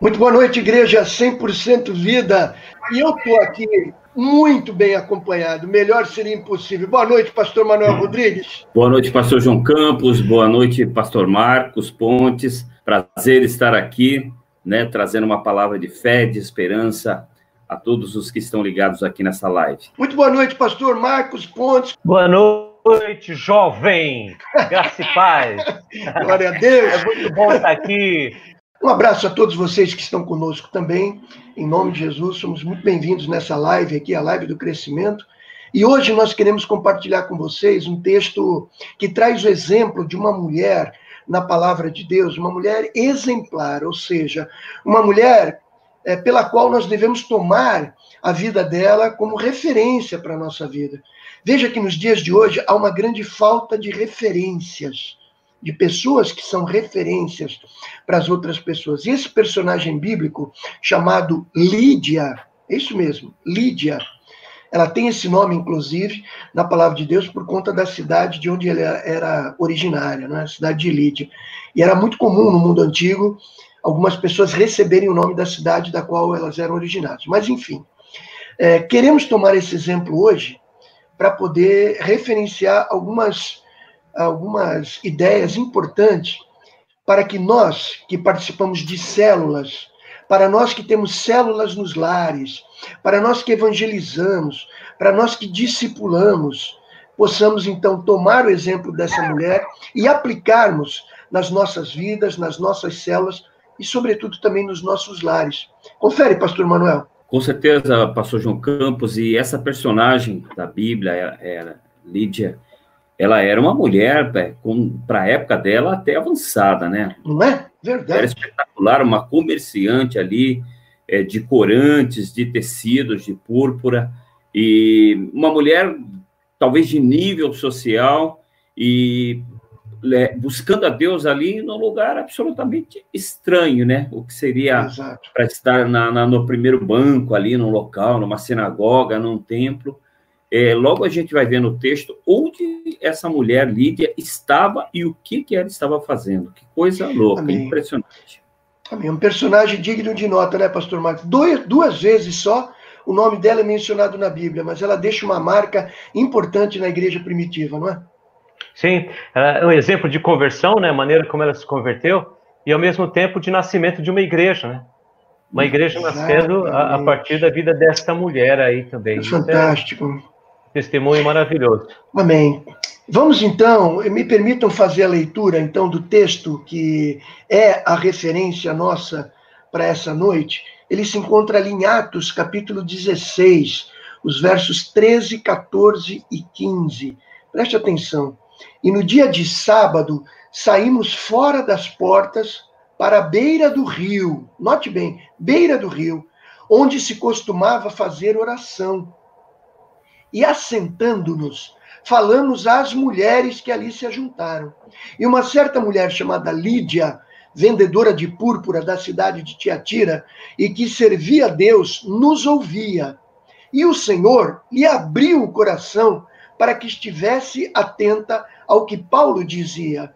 Muito boa noite, igreja 100% Vida. E eu estou aqui muito bem acompanhado, melhor seria impossível. Boa noite, pastor Manuel Rodrigues. Boa noite, pastor João Campos. Boa noite, pastor Marcos Pontes. Prazer estar aqui, trazendo uma palavra de fé, de esperança a todos os que estão ligados aqui nessa live. Muito boa noite, pastor Marcos Pontes. Boa noite, jovem. Graça e paz. Glória a Deus. É muito bom estar aqui. Um abraço a todos vocês que estão conosco também. Em nome de Jesus, somos muito bem-vindos nessa live aqui, a live do crescimento. E hoje nós queremos compartilhar com vocês um texto que traz o exemplo de uma mulher na palavra de Deus, uma mulher exemplar, ou seja, uma mulher pela qual nós devemos tomar a vida dela como referência para a nossa vida. Veja que nos dias de hoje há uma grande falta de referências, de pessoas que são referências para as outras pessoas. E esse personagem bíblico, chamado Lídia, é isso mesmo, Lídia, ela tem esse nome, inclusive, na palavra de Deus, por conta da cidade de onde ela era originária, a cidade de Lídia. E era muito comum no mundo antigo algumas pessoas receberem o nome da cidade da qual elas eram originárias. Mas, enfim, queremos tomar esse exemplo hoje para poder referenciar algumas ideias importantes para que nós, que participamos de células, para nós que temos células nos lares, para nós que evangelizamos, para nós que discipulamos, possamos, então, tomar o exemplo dessa mulher e aplicarmos nas nossas vidas, nas nossas células e, sobretudo, também nos nossos lares. Confere, pastor Manuel. Com certeza, pastor João Campos, e essa personagem da Bíblia, Lídia, ela era uma mulher, para a época dela, até avançada, né? Não é? Verdade. Era espetacular, uma comerciante ali, de corantes, de tecidos, de púrpura, e uma mulher, talvez, de nível social, e buscando a Deus ali num lugar absolutamente estranho, né? O que seria para estar no primeiro banco ali, num local, numa sinagoga, num templo. Logo a gente vai ver no texto onde essa mulher, Lídia, estava e o que ela estava fazendo. Que coisa louca, Amém. Impressionante. Amém. Um personagem digno de nota, né, pastor Marcos? Duas vezes só o nome dela é mencionado na Bíblia, mas ela deixa uma marca importante na igreja primitiva, não é? Sim, é um exemplo de conversão, né, a maneira como ela se converteu, e ao mesmo tempo de nascimento de uma igreja, né? Uma igreja nascendo a partir da vida desta mulher aí também. É fantástico. Testemunho maravilhoso. Amém. Vamos então, me permitam fazer a leitura então do texto que é a referência nossa para essa noite. Ele se encontra ali em Atos, capítulo 16, os versos 13, 14 e 15. Preste atenção. E no dia de sábado, saímos fora das portas para a beira do rio. Note bem, beira do rio, onde se costumava fazer oração. E assentando-nos, falamos às mulheres que ali se ajuntaram. E uma certa mulher chamada Lídia, vendedora de púrpura da cidade de Tiatira, e que servia a Deus, nos ouvia. E o Senhor lhe abriu o coração para que estivesse atenta ao que Paulo dizia.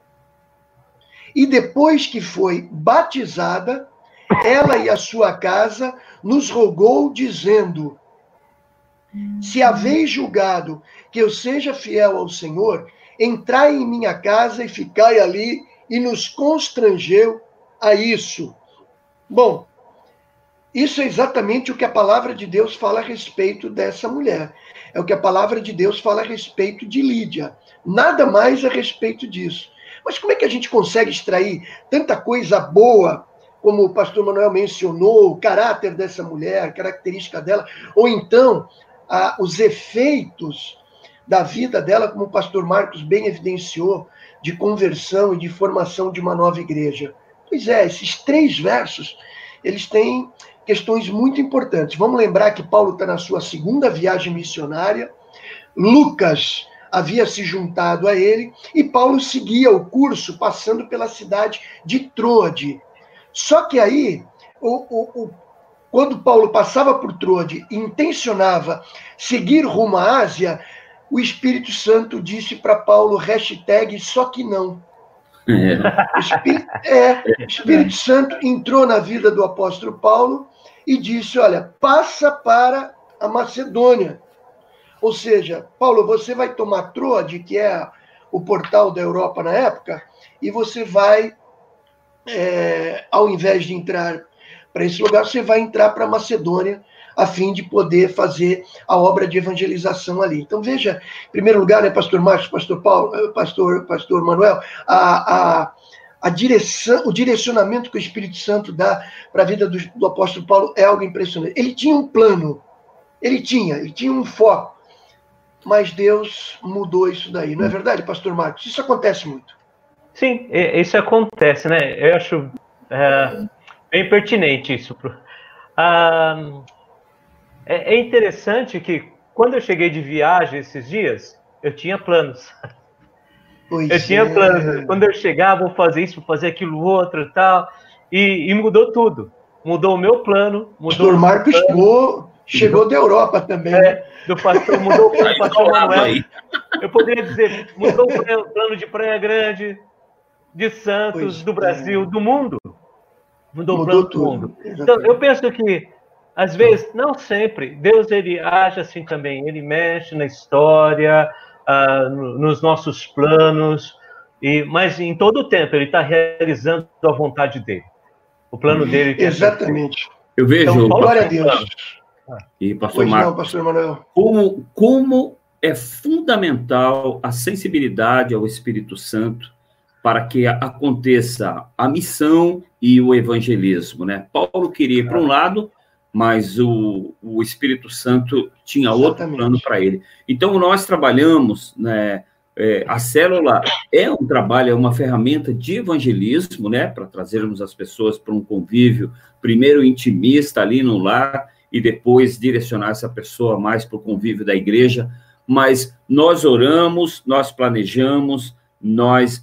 E depois que foi batizada, ela e a sua casa nos rogou, dizendo: se haveis julgado que eu seja fiel ao Senhor, entrai em minha casa e ficai ali, e nos constrangeu a isso. Bom, isso é exatamente o que a palavra de Deus fala a respeito dessa mulher. É o que a palavra de Deus fala a respeito de Lídia. Nada mais a respeito disso. Mas como é que a gente consegue extrair tanta coisa boa, como o pastor Manuel mencionou, o caráter dessa mulher, a característica dela, ou então os efeitos da vida dela, como o pastor Marcos bem evidenciou, de conversão e de formação de uma nova igreja? Pois é, esses 3 versos, eles têm questões muito importantes. Vamos lembrar que Paulo está na sua 2ª viagem missionária, Lucas havia se juntado a ele, e Paulo seguia o curso passando pela cidade de Troade. Só que aí, quando Paulo passava por Troade e intencionava seguir rumo à Ásia, o Espírito Santo disse para Paulo, #, só que não. O Espírito Santo entrou na vida do apóstolo Paulo e disse, olha, passa para a Macedônia. Ou seja, Paulo, você vai tomar Troade, que é o portal da Europa na época, e você vai, ao invés de entrar para esse lugar, você vai entrar para a Macedônia, a fim de poder fazer a obra de evangelização ali. Então, veja, em primeiro lugar, né, pastor Marcos, pastor Paulo, pastor Manuel, a direção, o direcionamento que o Espírito Santo dá para a vida do apóstolo Paulo é algo impressionante. Ele tinha um plano, ele tinha um foco, mas Deus mudou isso daí. Não é verdade, pastor Marcos? Isso acontece muito. Sim, isso acontece, né? Eu acho bem pertinente isso. É interessante que, quando eu cheguei de viagem esses dias, eu tinha planos. Eu tinha planos. Quando eu chegar, vou fazer isso, vou fazer aquilo outro e tal. E mudou tudo. Mudou o meu plano. O pastor Marcos chegou da Europa também. Mudou o plano do pastor Manuel. Eu poderia dizer, mudou o plano de Praia Grande, de Santos, do Brasil, do mundo. Mudou o plano do mundo. Então, eu penso que, às vezes, não sempre, Deus ele age assim também. Ele mexe na história, nos nossos planos, mas em todo o tempo ele está realizando a vontade dele. O plano dele. Exatamente. Eu vejo. Então, glória a Deus. E pastor Marcos, pastor Manuel. Como é fundamental a sensibilidade ao Espírito Santo para que aconteça a missão e o evangelismo, né? Paulo queria ir para um lado, mas o Espírito Santo tinha outro plano para ele. Então, nós trabalhamos, né, a célula é um trabalho, é uma ferramenta de evangelismo, né, para trazermos as pessoas para um convívio, primeiro intimista ali no lar, e depois direcionar essa pessoa mais para o convívio da igreja, mas nós oramos, nós planejamos, nós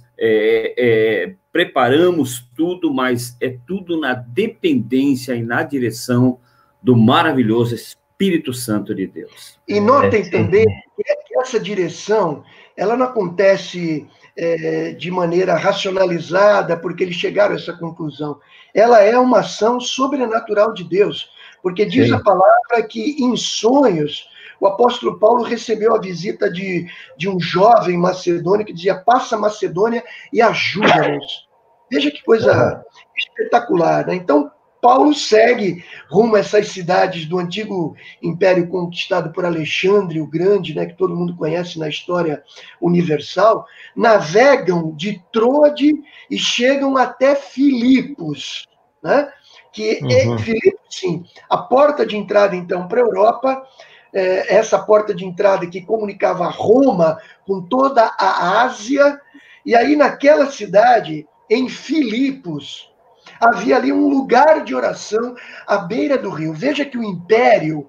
preparamos tudo, mas é tudo na dependência e na direção do maravilhoso Espírito Santo de Deus. E notem também que essa direção, ela não acontece de maneira racionalizada, porque eles chegaram a essa conclusão. Ela é uma ação sobrenatural de Deus, porque diz a palavra que em sonhos o apóstolo Paulo recebeu a visita de um jovem macedônio que dizia, passa a Macedônia e ajuda-nos. Veja que coisa espetacular, né? Então, Paulo segue rumo a essas cidades do antigo império conquistado por Alexandre o Grande, né, que todo mundo conhece na história universal, navegam de Troade e chegam até Filipos, né? Que Filipos, sim, a porta de entrada, então, para a Europa, essa porta de entrada que comunicava Roma com toda a Ásia, e aí naquela cidade, em Filipos, havia ali um lugar de oração à beira do rio. Veja que o império,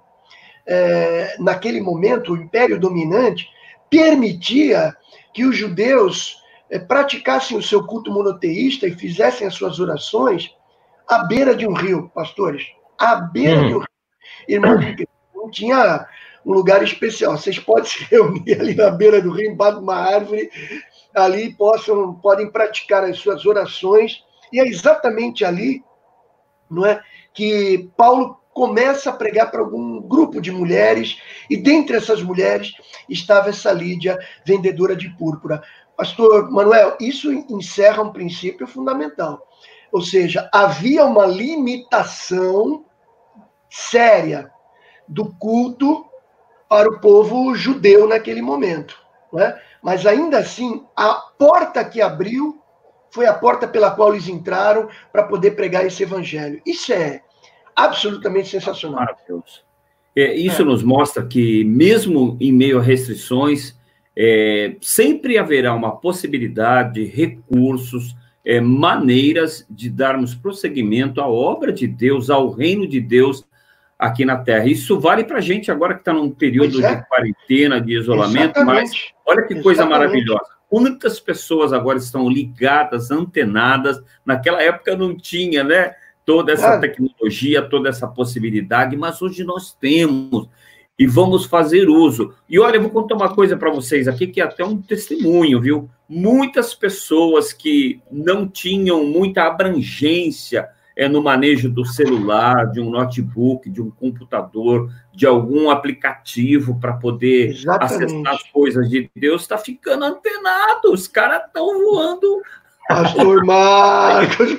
naquele momento, o império dominante, permitia que os judeus praticassem o seu culto monoteísta e fizessem as suas orações à beira de um rio, pastores. À beira de um rio. Irmão, não tinha um lugar especial. Vocês podem se reunir ali na beira do rio, embaixo de uma árvore, ali podem praticar as suas orações. E é exatamente ali, não é, que Paulo começa a pregar para algum grupo de mulheres, e dentre essas mulheres estava essa Lídia, vendedora de púrpura. Pastor Manuel, isso encerra um princípio fundamental. Ou seja, havia uma limitação séria do culto para o povo judeu naquele momento, não é? Mas ainda assim, a porta que abriu foi a porta pela qual eles entraram para poder pregar esse evangelho. Isso é absolutamente sensacional. Maravilhoso. Isso nos mostra que, mesmo em meio a restrições, sempre haverá uma possibilidade, recursos, maneiras de darmos prosseguimento à obra de Deus, ao reino de Deus aqui na Terra. Isso vale para a gente agora que está num período de quarentena, de isolamento, mas olha que coisa maravilhosa. Quantas pessoas agora estão ligadas, antenadas? Naquela época não tinha, né? Toda essa tecnologia, toda essa possibilidade, mas hoje nós temos. e vamos fazer uso. E olha, eu vou contar uma coisa para vocês aqui, que é até um testemunho, viu? Muitas pessoas que não tinham muita abrangência no manejo do celular, de um notebook, de um computador, de algum aplicativo para poder acessar as coisas de Deus, está ficando antenado, os caras estão voando. Pastor Marcos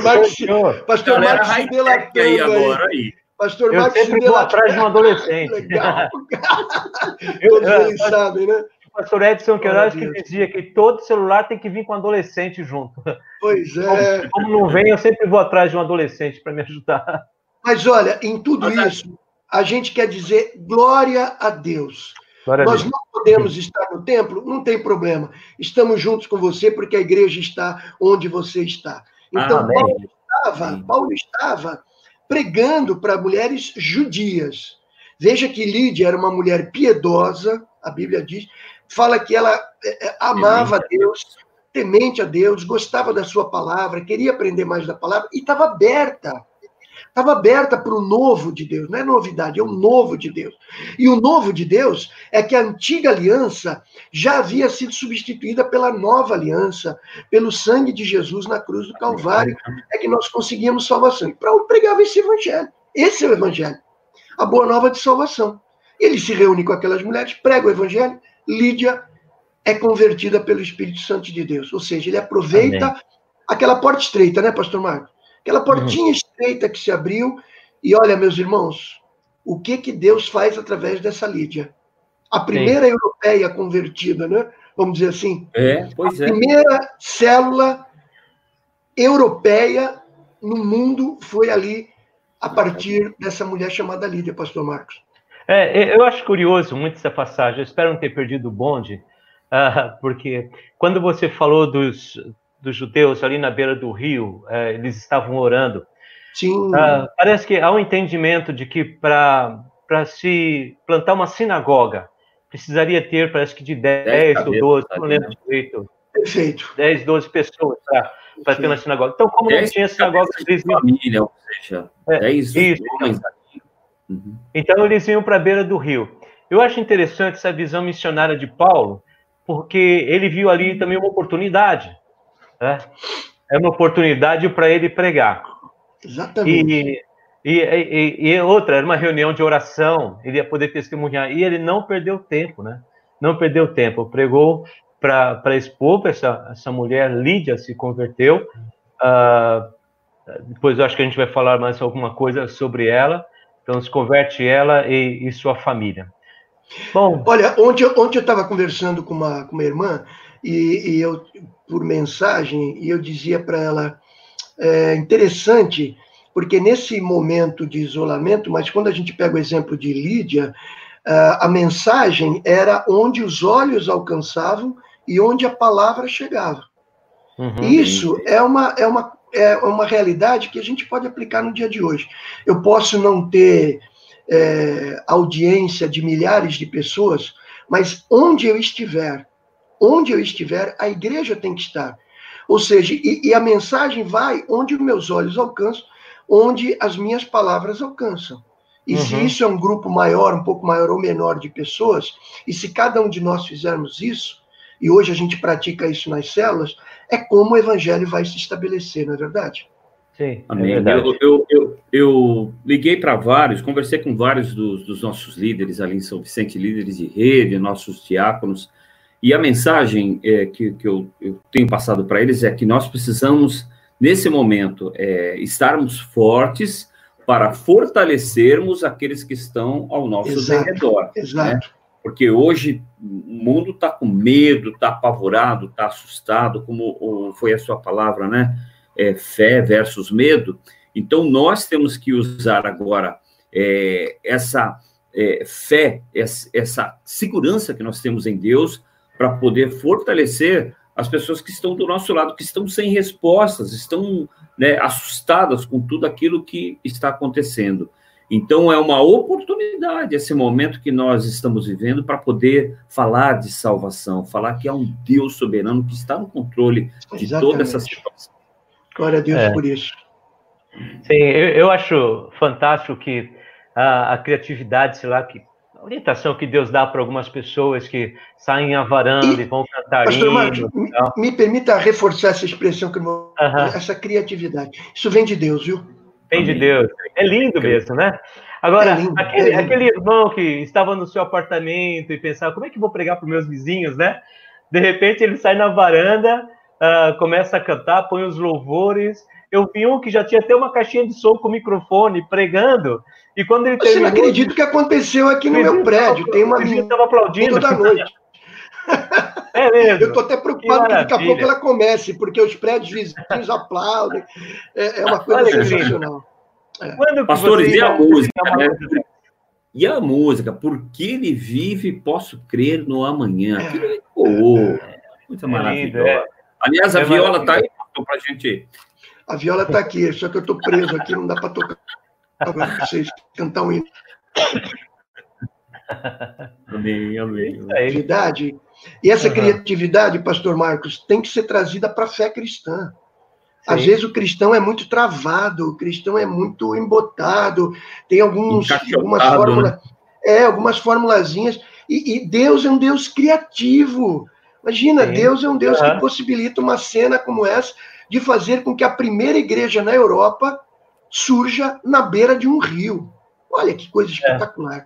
se delatando aí agora aí. Pastor Marcos se delatando atrás de um adolescente. Legal. Todos eles sabem, né? O pastor Edson Queiroz que dizia que todo celular tem que vir com um adolescente junto. Pois é. Como não vem, eu sempre vou atrás de um adolescente para me ajudar. Mas olha, em tudo isso, a gente quer dizer glória a Deus. Nós não podemos estar no templo, não tem problema. Estamos juntos com você porque a igreja está onde você está. Então, Paulo estava pregando para mulheres judias. Veja que Lídia era uma mulher piedosa, a Bíblia diz, fala que ela amava a Deus, temente a Deus, gostava da sua palavra, queria aprender mais da palavra e estava aberta. Estava aberta para o novo de Deus, não é novidade, é o novo de Deus. E o novo de Deus é que a antiga aliança já havia sido substituída pela nova aliança, pelo sangue de Jesus na cruz do Calvário, é que nós conseguimos salvação. E Paulo pregava esse evangelho. Esse é o evangelho, a boa nova de salvação. Ele se reúne com aquelas mulheres, prega o evangelho, Lídia é convertida pelo Espírito Santo de Deus. Ou seja, ele aproveita aquela porta estreita, né, pastor Marcos? Aquela portinha estreita que se abriu. E olha, meus irmãos, o que Deus faz através dessa Lídia? A primeira europeia convertida, né? Vamos dizer assim. Pois a primeira célula europeia no mundo foi ali, a partir dessa mulher chamada Lídia, pastor Marcos. Eu acho curioso muito essa passagem. Eu espero não ter perdido o bonde, porque quando você falou dos judeus ali na beira do rio, eles estavam orando. Sim. Parece que há um entendimento de que para se plantar uma sinagoga, precisaria ter, parece que de 10 ou 12, não lembro direito. Perfeito. 10, 12 pessoas para ter uma sinagoga. Então, como não tinha sinagoga, eles iam... família, ou seja, 10 homens. Então, eles iam para a beira do rio. Eu acho interessante essa visão missionária de Paulo, porque ele viu ali também uma oportunidade. É uma oportunidade para ele pregar. Exatamente. E outra, era uma reunião de oração, ele ia poder testemunhar. E ele não perdeu tempo, né? Não perdeu tempo. Pregou para expor, essa mulher, Lídia, se converteu. Depois eu acho que a gente vai falar mais alguma coisa sobre ela. Então, se converte ela e sua família. Bom, olha, ontem eu estava conversando com uma irmã, e eu, por mensagem, e eu dizia para ela, interessante, porque nesse momento de isolamento, mas quando a gente pega o exemplo de Lídia, a mensagem era onde os olhos alcançavam e onde a palavra chegava. Isso é uma realidade que a gente pode aplicar no dia de hoje. Eu posso não ter audiência de milhares de pessoas, mas onde eu estiver, a igreja tem que estar. Ou seja, e a mensagem vai onde os meus olhos alcançam, onde as minhas palavras alcançam. E se isso é um grupo maior, um pouco maior ou menor de pessoas, e se cada um de nós fizermos isso, e hoje a gente pratica isso nas células, é como o evangelho vai se estabelecer, não é verdade? Sim, amém. É verdade. Eu liguei para vários, conversei com vários dos nossos líderes ali em São Vicente, líderes de rede, nossos diáconos, e a mensagem que eu tenho passado para eles é que nós precisamos, nesse momento, estarmos fortes para fortalecermos aqueles que estão ao nosso redor. Exato. Né? Porque hoje o mundo está com medo, está apavorado, está assustado, como foi a sua palavra, né? Fé versus medo. Então, nós temos que usar agora essa fé, essa segurança que nós temos em Deus para poder fortalecer as pessoas que estão do nosso lado, que estão sem respostas, estão assustadas com tudo aquilo que está acontecendo. Então, é uma oportunidade, esse momento que nós estamos vivendo, para poder falar de salvação, falar que há um Deus soberano que está no controle de toda essa situação. Glória a Deus por isso. Sim, eu acho fantástico que a criatividade, sei lá, que orientação que Deus dá para algumas pessoas que saem à varanda e vão cantar Pastor hino, Marcos, me permita reforçar essa expressão, essa criatividade. Isso vem de Deus, viu? Vem de Deus. É lindo mesmo, né? Agora, aquele irmão que estava no seu apartamento e pensava, como é que eu vou pregar para os meus vizinhos, né? De repente ele sai na varanda, começa a cantar, põe os louvores. Eu vi um que já tinha até uma caixinha de som com microfone, pregando, e quando ele terminou... Você não acredita o que aconteceu aqui no meu prédio. Tem uma menina estava aplaudindo toda noite. É mesmo? Eu estou até preocupado que daqui a pouco ela comece, porque os prédios vizinhos aplaudem. É uma coisa sensacional. Pastores, e a música, né? E a música, porque ele vive, posso crer no amanhã. Muito maravilhoso. Aliás, a viola está aí para a gente... A viola está aqui, só que eu estou preso aqui, não dá para tocar agora para vocês cantar um hino. Amém. Criatividade. E essa criatividade, pastor Marcos, tem que ser trazida para a fé cristã. Sim. Às vezes o cristão é muito travado, o cristão é muito embotado, tem algumas fórmulas, algumas formulazinhas, e Deus é um Deus criativo. Imagina, sim. Deus é um Deus que possibilita uma cena como essa, de fazer com que a primeira igreja na Europa surja na beira de um rio. Olha que coisa espetacular.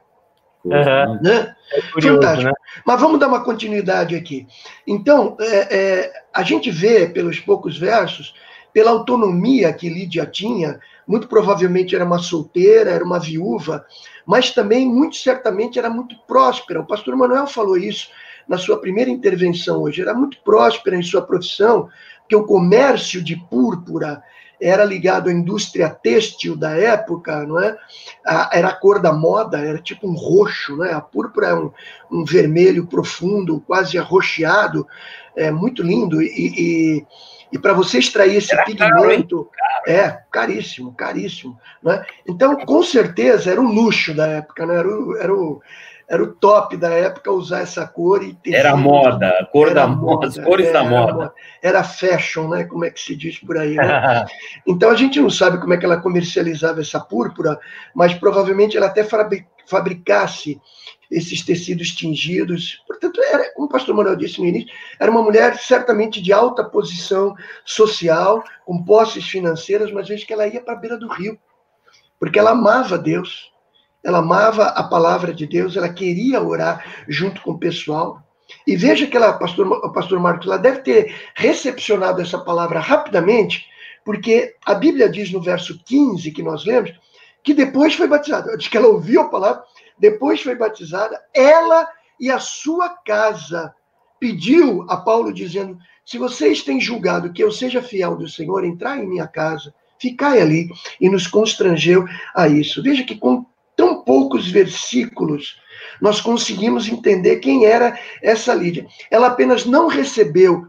Né? Curioso, fantástico. Né? Mas vamos dar uma continuidade aqui. Então, a gente vê, pelos poucos versos, pela autonomia que Lídia tinha, muito provavelmente era uma solteira, era uma viúva, mas também, muito certamente, era muito próspera. O pastor Manuel falou isso na sua primeira intervenção hoje. Era muito próspera em sua profissão, porque o comércio de púrpura era ligado à indústria têxtil da época, não é? Era a cor da moda, era tipo um roxo, né? A púrpura é um vermelho profundo, quase arroxeado, muito lindo, e para você extrair esse pigmento, caríssimo, né? Então, com certeza, era um luxo da época, né? Era o top da época usar essa cor. Era a moda, a cor da moda, as cores da moda. Era fashion, né? Como é que se diz por aí, né? Então, a gente não sabe como é que ela comercializava essa púrpura, mas provavelmente ela até fabricasse esses tecidos tingidos. Portanto, como o pastor Manuel disse no início, era uma mulher certamente de alta posição social, com posses financeiras, mas veja que ela ia para a beira do rio, porque ela amava Deus. Ela amava a palavra de Deus, ela queria orar junto com o pessoal. E veja que ela, pastor Marcos, ela deve ter recepcionado essa palavra rapidamente, porque a Bíblia diz no verso 15, que nós lemos, que depois foi batizada. Diz que ela ouviu a palavra, depois foi batizada, ela e a sua casa. Pediu a Paulo dizendo, se vocês têm julgado que eu seja fiel do Senhor, entrai em minha casa, ficai ali. E nos constrangeu a isso. Veja que com tão poucos versículos, nós conseguimos entender quem era essa Lídia. Ela apenas recebeu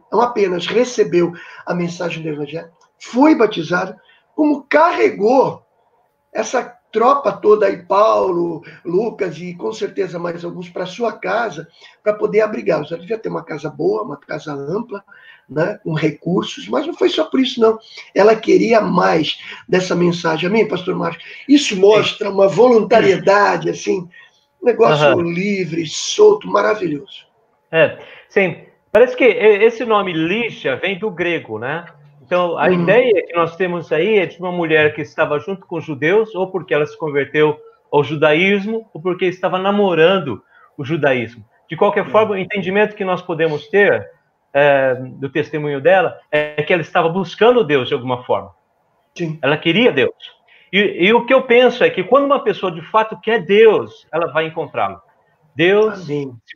a mensagem do Evangelho, foi batizada, como carregou essa tropa toda aí, Paulo, Lucas e com certeza mais alguns, para sua casa, para poder abrigá-los. Ela devia ter uma casa boa, uma casa ampla, né, com recursos, mas não foi só por isso, não. Ela queria mais dessa mensagem. Amém, pastor Márcio? Isso mostra uma voluntariedade, assim, um negócio livre, solto, maravilhoso. Sim. Parece que esse nome Lídia vem do grego, né? Então, a ideia que nós temos aí é de uma mulher que estava junto com os judeus, ou porque ela se converteu ao judaísmo, ou porque estava namorando o judaísmo. De qualquer forma, o entendimento que nós podemos ter do testemunho dela é que ela estava buscando Deus de alguma forma. Sim. Ela queria Deus. E o que eu penso é que quando uma pessoa de fato quer Deus, ela vai encontrá-lo. Deus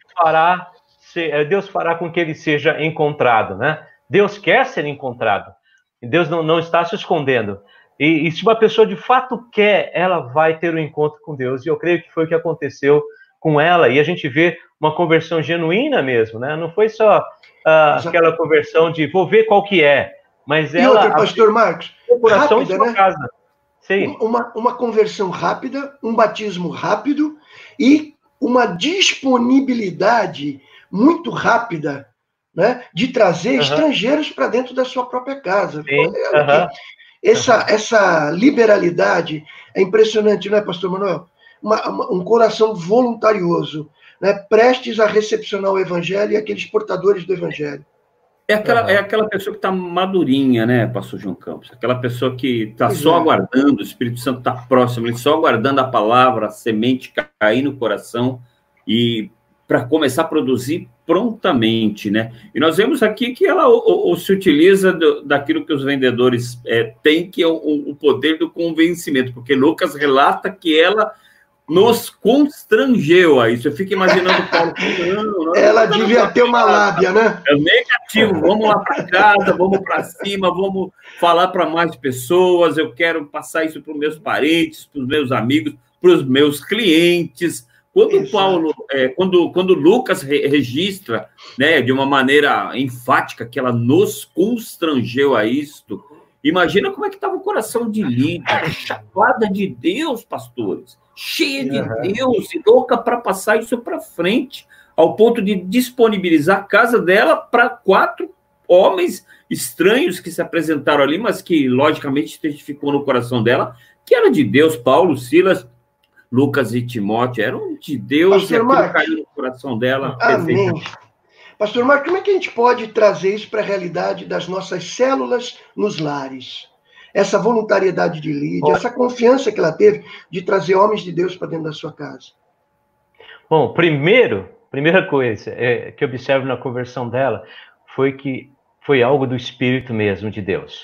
fará com que ele seja encontrado, né? Deus quer ser encontrado. Deus não está se escondendo. E se uma pessoa de fato quer, ela vai ter um encontro com Deus. E eu creio que foi o que aconteceu com ela. E a gente vê uma conversão genuína mesmo, né? Não foi só aquela conversão de vou ver qual que é. Mas ela... E outra, pastor Marcos, rápida, né? Casa. Sim. Uma conversão rápida, um batismo rápido e uma disponibilidade muito rápida, né, de trazer estrangeiros para dentro da sua própria casa. Essa liberalidade é impressionante, não é, pastor Manuel? um coração voluntarioso, né, prestes a recepcionar o evangelho e aqueles portadores do evangelho. É aquela pessoa que está madurinha, né, pastor João Campos? Aquela pessoa que está só aguardando, o Espírito Santo está próximo, ele só aguardando a palavra, a semente cair no coração e para começar a produzir prontamente, né? E nós vemos aqui que ela se utiliza daquilo que os vendedores têm, que é o poder do convencimento, porque Lucas relata que ela nos constrangeu a isso. Eu fico imaginando Paulo. Ela devia ter uma lábia, né? É negativo. Vamos lá para casa, vamos para cima, vamos falar para mais pessoas. Eu quero passar isso para os meus parentes, para os meus amigos, para os meus clientes. Quando Paulo, quando Lucas registra, né, de uma maneira enfática que ela nos constrangeu a isto, imagina como é que estava o coração de Lídia, chapada de Deus, pastores, cheia de Deus e louca para passar isso para frente, ao ponto de disponibilizar a casa dela para 4 homens estranhos que se apresentaram ali, mas que logicamente testificou no coração dela que era de Deus. Paulo, Silas, Lucas e Timóteo eram de Deus, Pastor e aquilo Marcos, caiu no coração dela. Amém. Pastor Marcos, como é que a gente pode trazer isso para a realidade das nossas células nos lares? Essa voluntariedade de Lídia, essa confiança que ela teve de trazer homens de Deus para dentro da sua casa. Bom, primeira coisa que eu observo na conversão dela foi que foi algo do Espírito mesmo de Deus.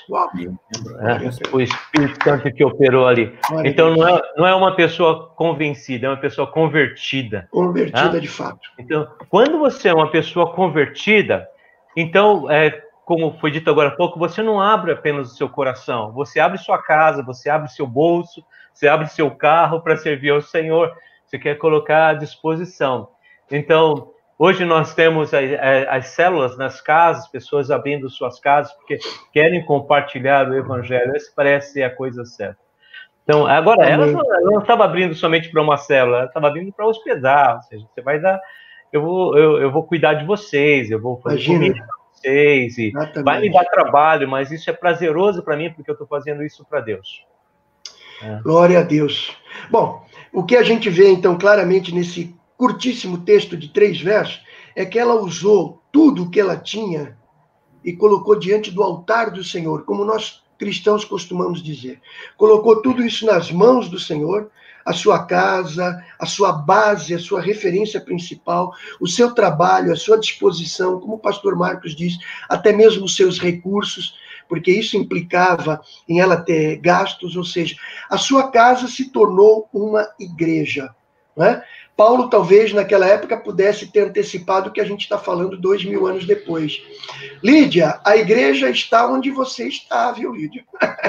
O Espírito Santo que operou ali. Então, não é uma pessoa convencida, é uma pessoa convertida. Convertida, de fato. Então, quando você é uma pessoa convertida, então, como foi dito agora há pouco, você não abre apenas o seu coração, você abre sua casa, você abre seu bolso, você abre seu carro para servir ao Senhor, você quer colocar à disposição. Então, hoje nós temos as células nas casas, pessoas abrindo suas casas porque querem compartilhar o Evangelho. Essa parece ser a coisa certa. Então, agora, ela não estava abrindo somente para uma célula, ela estava abrindo para hospedar. Ou seja, você vai dar... Eu vou cuidar de vocês, eu vou fazer comida para vocês, e vai me dar trabalho, mas isso é prazeroso para mim, porque eu estou fazendo isso para Deus. Glória a Deus. Bom, o que a gente vê, então, claramente nesse curtíssimo texto de 3 versos, é que ela usou tudo o que ela tinha e colocou diante do altar do Senhor, como nós cristãos costumamos dizer. Colocou tudo isso nas mãos do Senhor, a sua casa, a sua base, a sua referência principal, o seu trabalho, a sua disposição, como o pastor Marcos diz, até mesmo os seus recursos, porque isso implicava em ela ter gastos, ou seja, a sua casa se tornou uma igreja, não é? Paulo, talvez, naquela época, pudesse ter antecipado o que a gente está falando 2000 anos depois. Lídia, a igreja está onde você está, viu, Lídia?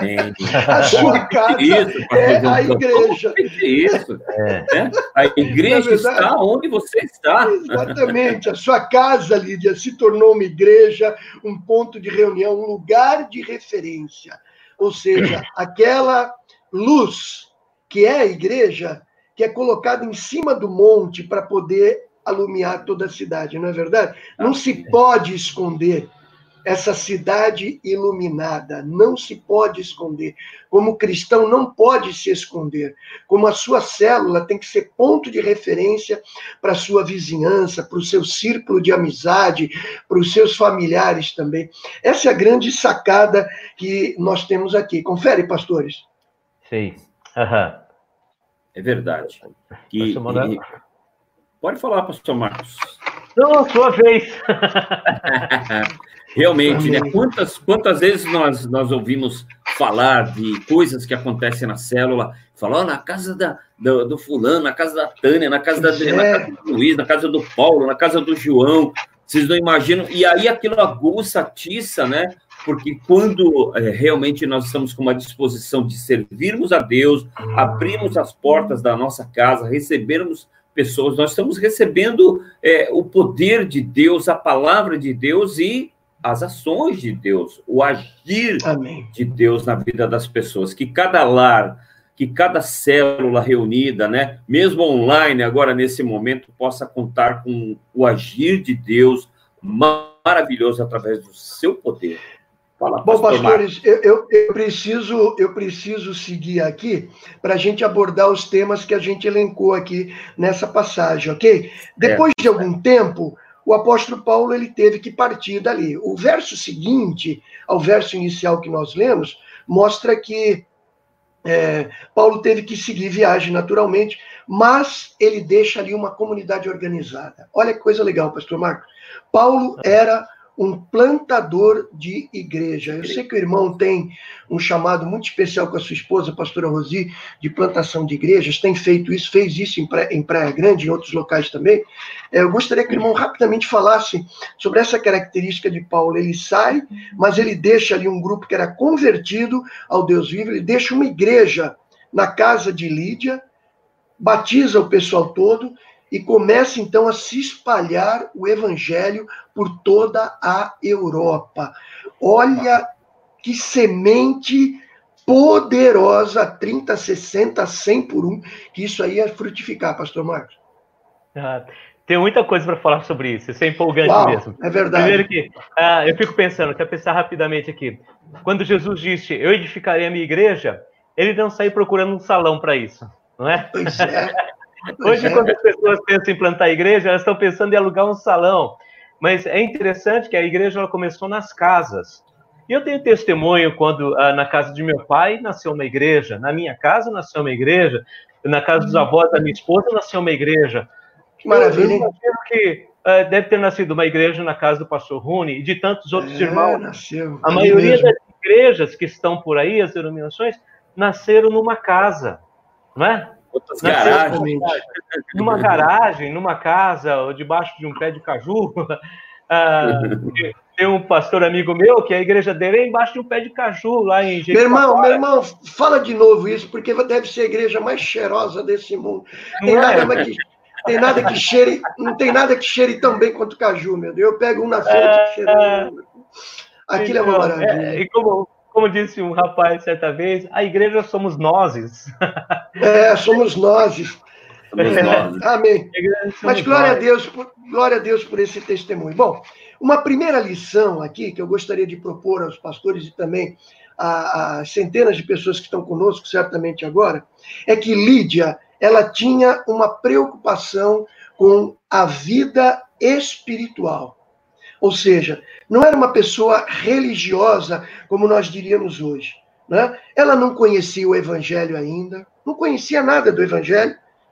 A sua casa é a igreja. Isso. A igreja está onde você está. Exatamente. A sua casa, Lídia, se tornou uma igreja, um ponto de reunião, um lugar de referência. Ou seja, aquela luz que é a igreja, que é colocado em cima do monte para poder alumiar toda a cidade, não é verdade? Não se pode esconder essa cidade iluminada, não se pode esconder. Como cristão, não pode se esconder. Como a sua célula tem que ser ponto de referência para a sua vizinhança, para o seu círculo de amizade, para os seus familiares também. Essa é a grande sacada que nós temos aqui. Confere, pastores. Sim. É verdade. Pode falar, pastor Marcos. Não, sua vez. Realmente, né? Quantas vezes nós ouvimos falar de coisas que acontecem na célula, falar na casa do fulano, na casa da Tânia, na casa da Adriana, na casa do Luiz, na casa do Paulo, na casa do João, vocês não imaginam, e aí aquilo aguça, atiça, né? Porque quando realmente nós estamos com uma disposição de servirmos a Deus, abrirmos as portas da nossa casa, recebermos pessoas, nós estamos recebendo o poder de Deus, a palavra de Deus e as ações de Deus, o agir de Deus na vida das pessoas. Que cada lar, que cada célula reunida, né, mesmo online, agora nesse momento, possa contar com o agir de Deus maravilhoso através do seu poder. Fala, Bom, pastor pastores, eu preciso seguir aqui para a gente abordar os temas que a gente elencou aqui nessa passagem, ok? Depois de algum tempo, o apóstolo Paulo ele teve que partir dali. O verso seguinte, ao verso inicial que nós lemos, mostra que Paulo teve que seguir viagem naturalmente, mas ele deixa ali uma comunidade organizada. Olha que coisa legal, pastor Marcos. Paulo era um plantador de igreja. Eu sei que o irmão tem um chamado muito especial com a sua esposa, a pastora Rosi, de plantação de igrejas, tem feito isso, fez isso em Praia Grande, em outros locais também. Eu gostaria que o irmão rapidamente falasse sobre essa característica de Paulo. Ele sai, mas ele deixa ali um grupo que era convertido ao Deus vivo, ele deixa uma igreja na casa de Lídia, batiza o pessoal todo, e começa, então, a se espalhar o evangelho por toda a Europa. Olha que semente poderosa, 30, 60, 100 por 1, que isso aí é frutificar, pastor Marcos. Tem muita coisa para falar sobre isso, isso é empolgante mesmo. É verdade. Primeiro que, eu fico pensando, quero pensar rapidamente aqui. Quando Jesus disse, eu edificarei a minha igreja, ele não saiu procurando um salão para isso, não é? Pois é. Hoje, quando as pessoas pensam em plantar a igreja, elas estão pensando em alugar um salão. Mas é interessante que a igreja ela começou nas casas. E eu tenho testemunho quando na casa de meu pai nasceu uma igreja, na minha casa nasceu uma igreja, na casa dos avós da minha esposa nasceu uma igreja. Que maravilha, hein? Eu imagino que deve ter nascido uma igreja na casa do pastor Rune e de tantos outros irmãos. Nasceu. A maioria das igrejas que estão por aí, as denominações, nasceram numa casa, não é? Outras garagens. Numa garagem, numa casa, ou debaixo de um pé de caju. Tem um pastor amigo meu que a igreja dele é embaixo de um pé de caju, lá em Meu irmão, fala de novo isso, porque deve ser a igreja mais cheirosa desse mundo. Tem nada que cheire, não tem nada que cheire tão bem quanto caju, meu Deus. Eu pego um na feira que cheira. Aquilo é uma maravilha. E como disse um rapaz certa vez, a igreja somos nós. Somos nós. Amém. Mas glória a Deus por esse testemunho. Bom, uma primeira lição aqui que eu gostaria de propor aos pastores e também às centenas de pessoas que estão conosco, certamente agora, é que Lídia, ela tinha uma preocupação com a vida espiritual. Ou seja, não era uma pessoa religiosa, como nós diríamos hoje, né? Ela não conhecia o evangelho ainda, não conhecia nada do evangelho.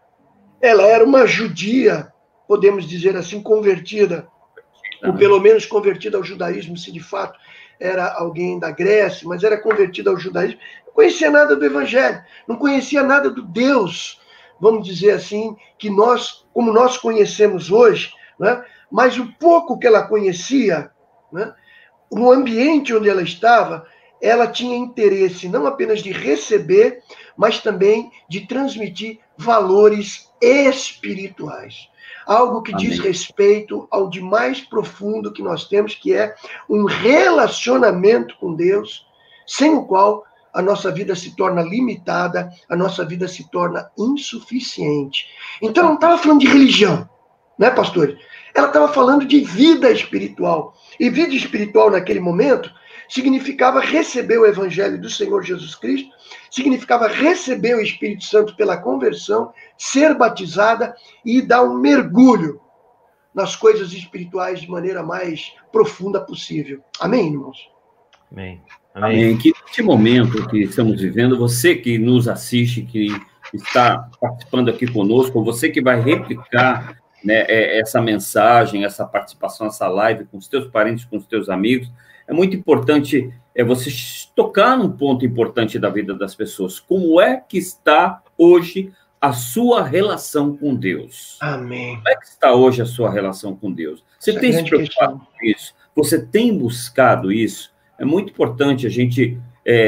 Ela era uma judia, podemos dizer assim, convertida, ou pelo menos convertida ao judaísmo, se de fato era alguém da Grécia, mas era convertida ao judaísmo. Não conhecia nada do evangelho, não conhecia nada do Deus, vamos dizer assim, como nós conhecemos hoje, né? Mas o pouco que ela conhecia, né, no ambiente onde ela estava, ela tinha interesse não apenas de receber, mas também de transmitir valores espirituais. Algo que diz respeito ao de mais profundo que nós temos, que é um relacionamento com Deus, sem o qual a nossa vida se torna limitada, a nossa vida se torna insuficiente. Então, ela não estava falando de religião, né, pastor? Ela estava falando de vida espiritual. E vida espiritual, naquele momento, significava receber o evangelho do Senhor Jesus Cristo, significava receber o Espírito Santo pela conversão, ser batizada e dar um mergulho nas coisas espirituais de maneira mais profunda possível. Amém, irmãos? Amém. Amém. Que neste momento que estamos vivendo, você que nos assiste, que está participando aqui conosco, você que vai replicar, né, essa mensagem, essa participação, essa live com os teus parentes, com os teus amigos, é muito importante você tocar num ponto importante da vida das pessoas. Como é que está hoje a sua relação com Deus? Amém. Como é que está hoje a sua relação com Deus? Você tem se preocupado com isso? Você tem buscado isso? É muito importante a gente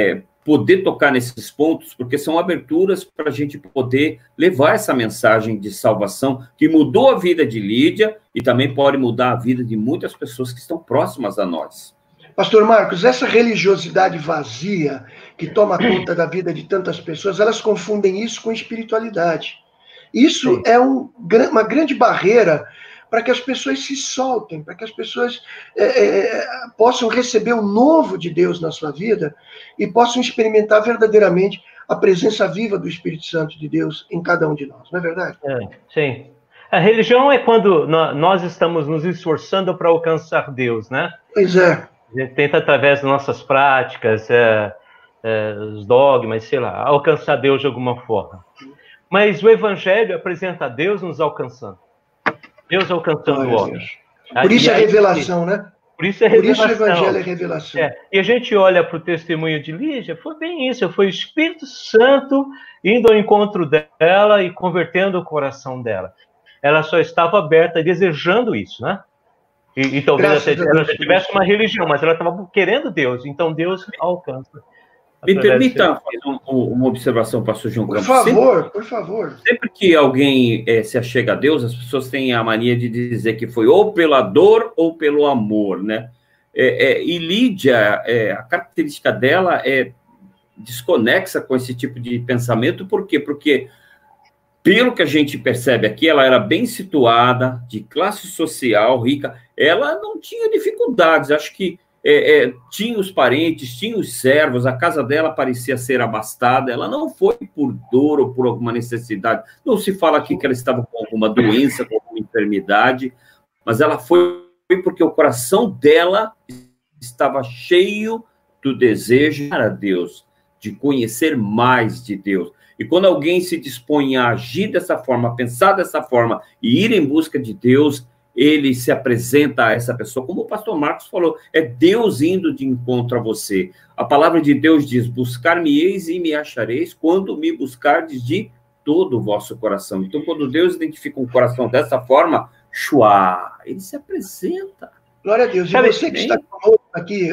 poder tocar nesses pontos, porque são aberturas para a gente poder levar essa mensagem de salvação que mudou a vida de Lídia e também pode mudar a vida de muitas pessoas que estão próximas a nós. Pastor Marcos, essa religiosidade vazia que toma conta da vida de tantas pessoas, elas confundem isso com espiritualidade. Isso é uma grande barreira para que as pessoas se soltem, para que as pessoas possam receber o novo de Deus na sua vida e possam experimentar verdadeiramente a presença viva do Espírito Santo de Deus em cada um de nós, não é verdade? Sim. A religião é quando nós estamos nos esforçando para alcançar Deus, né? Pois é. A gente tenta, através das nossas práticas, os dogmas, sei lá, alcançar Deus de alguma forma. Mas o Evangelho apresenta Deus nos alcançando. Deus alcançando o homem. Por isso é revelação, né? Por isso é revelação. Por isso o Evangelho é revelação. E a gente olha para o testemunho de Lígia, foi bem isso, foi o Espírito Santo indo ao encontro dela e convertendo o coração dela. Ela só estava aberta, desejando isso, né? E talvez ela já tivesse uma religião, mas ela estava querendo Deus, então Deus alcança. Me permita fazer uma observação, pastor João Campos. Por favor. Sempre que alguém se achega a Deus, as pessoas têm a mania de dizer que foi ou pela dor ou pelo amor, né? E Lídia, a característica dela é desconexa com esse tipo de pensamento. Por quê? Porque, pelo que a gente percebe aqui, ela era bem situada, de classe social, rica. Ela não tinha dificuldades, acho que tinha os parentes, tinha os servos, a casa dela parecia ser abastada, ela não foi por dor ou por alguma necessidade, não se fala aqui que ela estava com alguma doença, com alguma enfermidade, mas ela foi porque o coração dela estava cheio do desejo para Deus, de conhecer mais de Deus. E quando alguém se dispõe a agir dessa forma, a pensar dessa forma e ir em busca de Deus, ele se apresenta a essa pessoa, como o pastor Marcos falou, é Deus indo de encontro a você. A palavra de Deus diz, buscar-me-eis e me achareis quando me buscardes de todo o vosso coração. Então, quando Deus identifica um coração dessa forma, ele se apresenta. Glória a Deus. E você que está conosco aqui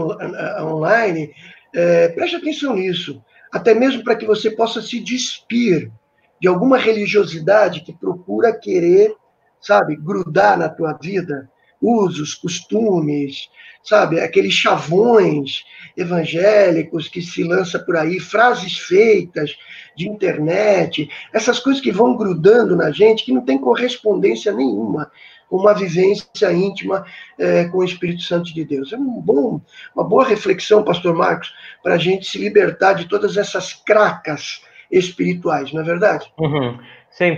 online, preste atenção nisso, até mesmo para que você possa se despir de alguma religiosidade que procura querer, sabe, grudar na tua vida, usos, costumes, sabe, aqueles chavões evangélicos que se lança por aí, frases feitas de internet, essas coisas que vão grudando na gente, que não tem correspondência nenhuma com uma vivência íntima com o Espírito Santo de Deus. É uma boa reflexão, pastor Marcos, para a gente se libertar de todas essas cracas espirituais, não é verdade? Uhum. Sim.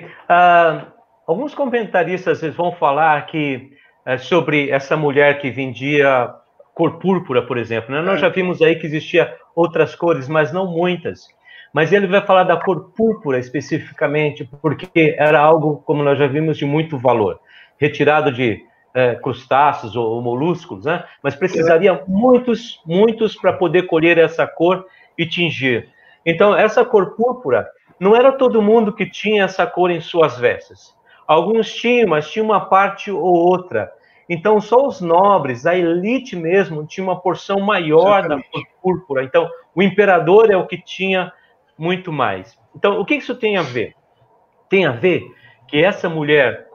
Alguns comentaristas vão falar que sobre essa mulher que vendia cor púrpura, por exemplo, né? Nós já vimos aí que existia outras cores, mas não muitas. Mas ele vai falar da cor púrpura especificamente, porque era algo, como nós já vimos, de muito valor, retirado de crustáceos ou moluscos, né? Mas precisaria muitos para poder colher essa cor e tingir. Então, essa cor púrpura, não era todo mundo que tinha essa cor em suas vestes. Alguns tinham, mas tinha uma parte ou outra. Então, só os nobres, a elite mesmo, tinha uma porção maior da cor púrpura. Então, o imperador é o que tinha muito mais. Então, o que isso tem a ver? Tem a ver que essa mulher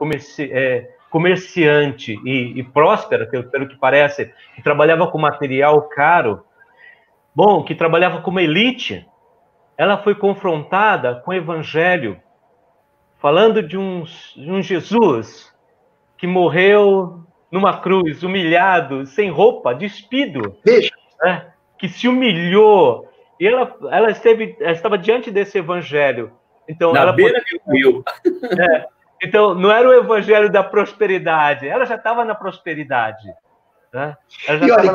comerciante e próspera, pelo que parece, que trabalhava com material caro, que trabalhava como elite, ela foi confrontada com o evangelho, falando de um Jesus que morreu numa cruz, humilhado, sem roupa, despido, né? Que se humilhou. E ela estava diante desse evangelho. Então, na beira do rio. Então, não era o evangelho da prosperidade. Ela já estava na prosperidade. Né? E olha,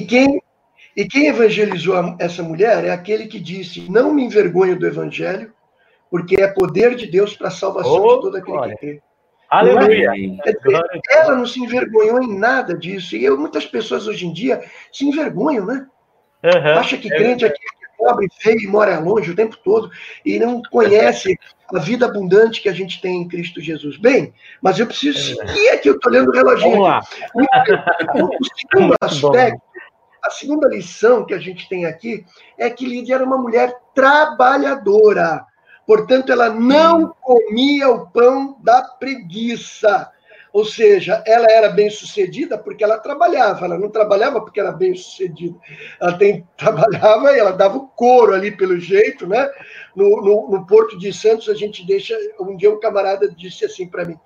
quem evangelizou essa mulher é aquele que disse, não me envergonho do evangelho, porque é poder de Deus para a salvação de todo aquele que crê. Aleluia! Ela não se envergonhou em nada disso. E muitas pessoas hoje em dia se envergonham, né? Acha que crente é pobre, feio e mora longe o tempo todo e não conhece a vida abundante que a gente tem em Cristo Jesus. Bem, mas eu preciso seguir aqui, eu estou olhando o reloginho. Vamos lá. O segundo aspecto, a segunda lição que a gente tem aqui é que Lídia era uma mulher trabalhadora. Portanto, ela não comia o pão da preguiça. Ou seja, ela era bem-sucedida porque ela trabalhava. Ela não trabalhava porque era bem-sucedida. Ela trabalhava e ela dava o couro ali pelo jeito, né? No Porto de Santos, a gente deixa... Um dia um camarada disse assim para mim,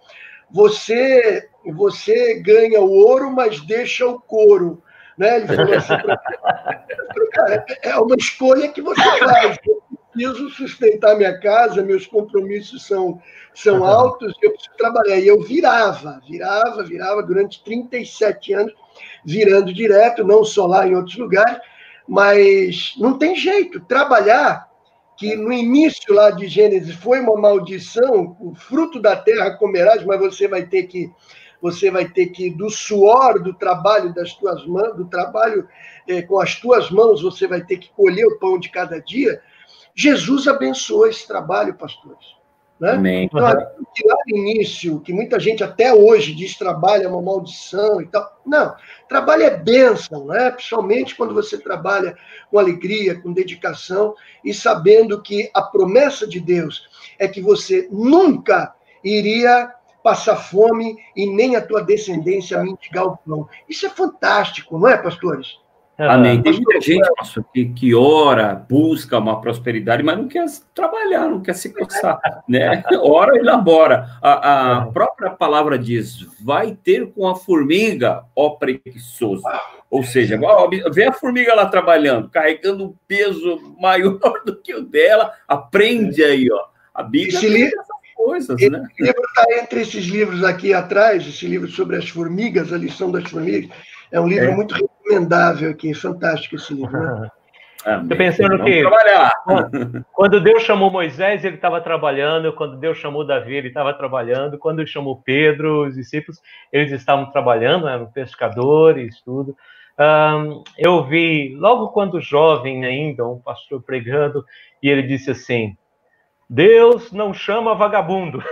você ganha o ouro, mas deixa o couro. Né? Ele falou assim, cara, é uma escolha que você faz. Eu preciso sustentar minha casa, meus compromissos são altos, eu preciso trabalhar. E eu virava durante 37 anos, virando direto, não só lá em outros lugares, mas não tem jeito. Trabalhar, que no início lá de Gênesis foi uma maldição, o fruto da terra comerás, mas você vai ter que, do suor do trabalho das tuas mãos, do trabalho com as tuas mãos, você vai ter que colher o pão de cada dia. Jesus abençoou esse trabalho, pastores. Né? Amém. Então, que lá no início, que muita gente até hoje diz trabalho é uma maldição e tal. Não, trabalho é bênção, né? Principalmente quando você trabalha com alegria, com dedicação e sabendo que a promessa de Deus é que você nunca iria passar fome e nem a tua descendência mendigar o pão. Isso é fantástico, não é, pastores? Amém. Tem muita gente, pastor, que ora, busca uma prosperidade, mas não quer trabalhar, não quer se coçar, né? Ora e labora. A própria palavra diz, vai ter com a formiga, ó preguiçoso. Ou seja, vê a formiga lá trabalhando, carregando um peso maior do que o dela, aprende aí, ó. A Bíblia tem essas coisas, né? Esse livro está entre esses livros aqui atrás, esse livro sobre as formigas, a lição das formigas. É um livro muito recomendável aqui, fantástico esse livro. Né? Estou pensando que quando Deus chamou Moisés, ele estava trabalhando, quando Deus chamou Davi, ele estava trabalhando, quando ele chamou Pedro, os discípulos, eles estavam trabalhando, eram pescadores, tudo. Eu vi, logo quando jovem ainda, um pastor pregando, e ele disse assim, Deus não chama vagabundo.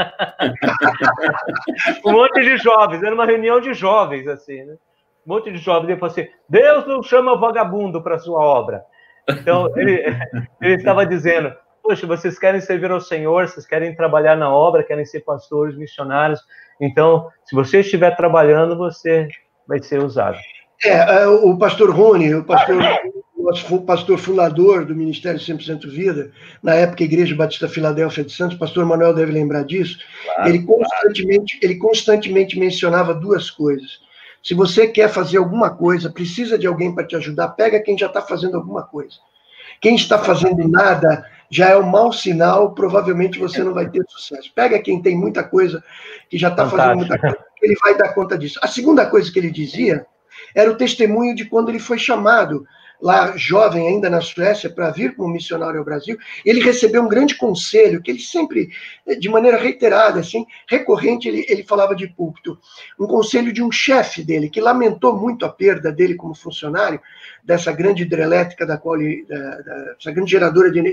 Um monte de jovens, era uma reunião de jovens, assim, né? Um monte de jovens, ele falou assim, Deus não chama vagabundo para a sua obra. Então, ele estava dizendo, poxa, vocês querem servir ao Senhor, vocês querem trabalhar na obra, querem ser pastores, missionários, então, se você estiver trabalhando, você vai ser usado. O pastor Rony, nosso pastor fundador do Ministério 100% Vida, na época a Igreja Batista Filadélfia de Santos, o pastor Manuel deve lembrar disso, ele constantemente mencionava duas coisas. Se você quer fazer alguma coisa, precisa de alguém para te ajudar, pega quem já está fazendo alguma coisa. Quem está fazendo nada já é um mau sinal, provavelmente você não vai ter sucesso. Pega quem tem muita coisa, que já está fazendo muita coisa, ele vai dar conta disso. A segunda coisa que ele dizia era o testemunho de quando ele foi chamado, lá jovem ainda na Suécia, para vir como missionário ao Brasil. Ele recebeu um grande conselho, que ele sempre, de maneira reiterada, assim, recorrente, ele falava de púlpito. Um conselho de um chefe dele, que lamentou muito a perda dele como funcionário, dessa grande hidrelétrica, essa grande geradora de...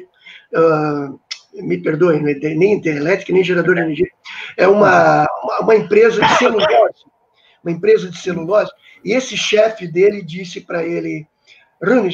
me perdoem, nem hidrelétrica, nem geradora de energia. É uma empresa de celulose. Uma empresa de celulose. E esse chefe dele disse para ele, Rony,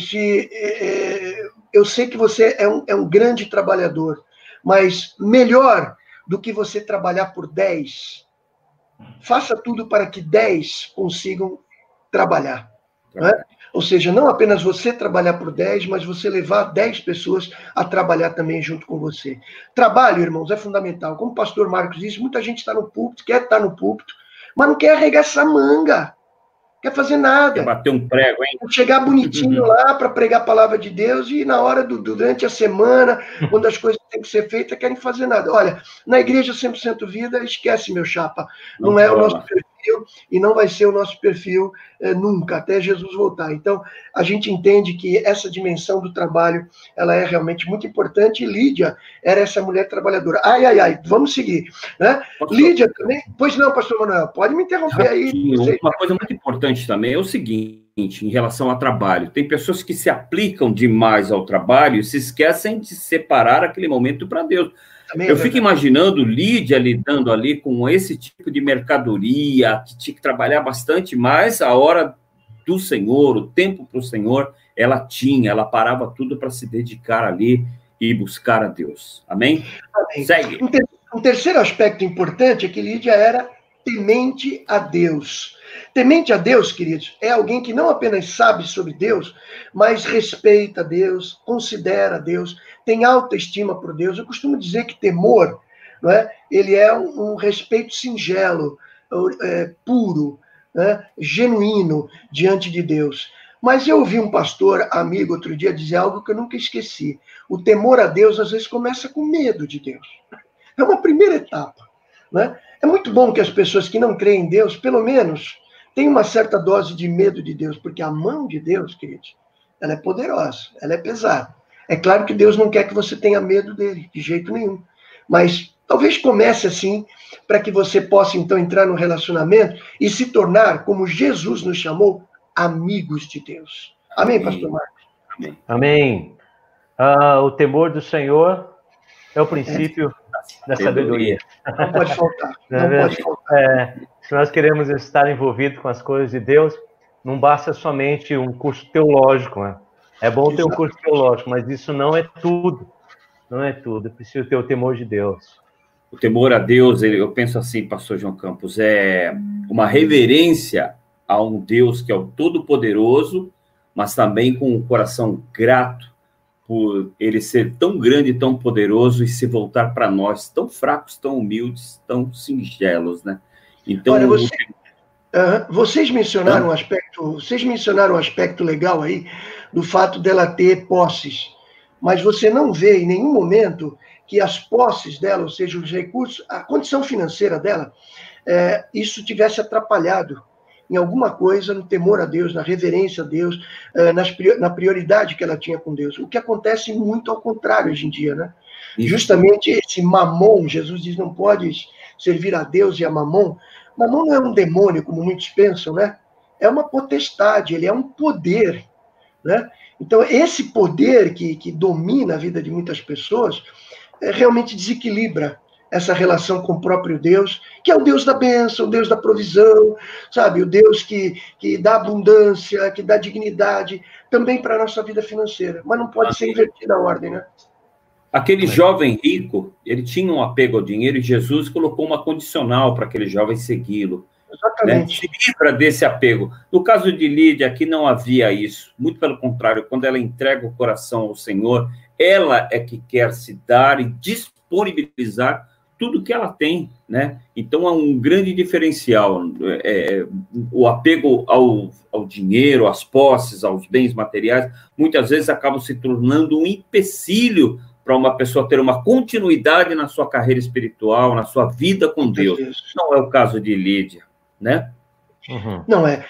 eu sei que você é um grande trabalhador, mas melhor do que você trabalhar por 10, faça tudo para que 10 consigam trabalhar. Não é? Ou seja, não apenas você trabalhar por 10, mas você levar 10 pessoas a trabalhar também junto com você. Trabalho, irmãos, é fundamental. Como o pastor Marcos disse, muita gente está no púlpito, quer estar no púlpito, mas não quer arregaçar manga. Quer fazer nada. Quer bater um prego, hein? Chegar bonitinho lá para pregar a palavra de Deus e na hora, durante a semana, quando as coisas têm que ser feitas, querem fazer nada. Olha, na igreja 100% Vida, esquece, meu chapa. Não é o nosso perfil e não vai ser o nosso perfil nunca, até Jesus voltar. Então, a gente entende que essa dimensão do trabalho, ela é realmente muito importante e Lídia era essa mulher trabalhadora. Ai, vamos seguir. Né? Lídia também... Pois não, pastor Manuel, pode me interromper aí. Uma coisa muito importante também é o seguinte, em relação ao trabalho. Tem pessoas que se aplicam demais ao trabalho e se esquecem de separar aquele momento para Deus. Eu fico imaginando Lídia lidando ali com esse tipo de mercadoria, que tinha que trabalhar bastante, mas a hora do Senhor, o tempo para o Senhor, ela parava tudo para se dedicar ali e buscar a Deus. Amém? Amém. Segue. Um terceiro aspecto importante é que Lídia era temente a Deus. Temente a Deus, queridos, é alguém que não apenas sabe sobre Deus, mas respeita a Deus, considera Deus, tem alta estima por Deus. Eu costumo dizer que temor não é? Ele é um respeito singelo, puro, né? Genuíno diante de Deus. Mas eu ouvi um pastor amigo outro dia dizer algo que eu nunca esqueci. O temor a Deus, às vezes, começa com medo de Deus. É uma primeira etapa, né? É muito bom que as pessoas que não creem em Deus, pelo menos, tenham uma certa dose de medo de Deus, porque a mão de Deus, queridos, ela é poderosa, ela é pesada. É claro que Deus não quer que você tenha medo dele, de jeito nenhum. Mas talvez comece assim, para que você possa, então, entrar no relacionamento e se tornar, como Jesus nos chamou, amigos de Deus. Amém, pastor Marcos? Amém. Amém. O temor do Senhor é o princípio da sabedoria. Não pode faltar. Não pode faltar. Se nós queremos estar envolvidos com as coisas de Deus, não basta somente um curso teológico, né? É bom ter um curso teológico, mas isso não é tudo. Não é tudo. É preciso ter o temor de Deus. O temor a Deus, eu penso assim, pastor João Campos, é uma reverência a um Deus que é o Todo-Poderoso, mas também com um coração grato por ele ser tão grande e tão poderoso e se voltar para nós, tão fracos, tão humildes, tão singelos, né? Então, olha, vocês mencionaram um aspecto legal aí do fato dela ter posses, mas você não vê em nenhum momento que as posses dela, ou seja, os recursos, a condição financeira dela, isso tivesse atrapalhado em alguma coisa no temor a Deus, na reverência a Deus, na prioridade que ela tinha com Deus. O que acontece muito ao contrário hoje em dia, né? Isso. Justamente esse mamon, Jesus diz, não podes servir a Deus e a mamon. Mamon não é um demônio, como muitos pensam, né? É uma potestade, ele é um poder, né? Então, esse poder que domina a vida de muitas pessoas realmente desequilibra essa relação com o próprio Deus, que é o Deus da bênção, o Deus da provisão, sabe? O Deus que dá abundância, que dá dignidade, também para a nossa vida financeira. Mas não pode ser invertida a ordem, né? Aquele jovem rico, ele tinha um apego ao dinheiro e Jesus colocou uma condicional para aquele jovem segui-lo. Exatamente. Né? Se livra desse apego. No caso de Lídia, aqui não havia isso. Muito pelo contrário, quando ela entrega o coração ao Senhor, ela é que quer se dar e disponibilizar tudo que ela tem, né? Então, é um grande diferencial. O apego ao dinheiro, às posses, aos bens materiais, muitas vezes acabam se tornando um empecilho para uma pessoa ter uma continuidade na sua carreira espiritual, na sua vida com Deus. Não é o caso de Lídia, né? Uhum. Não é.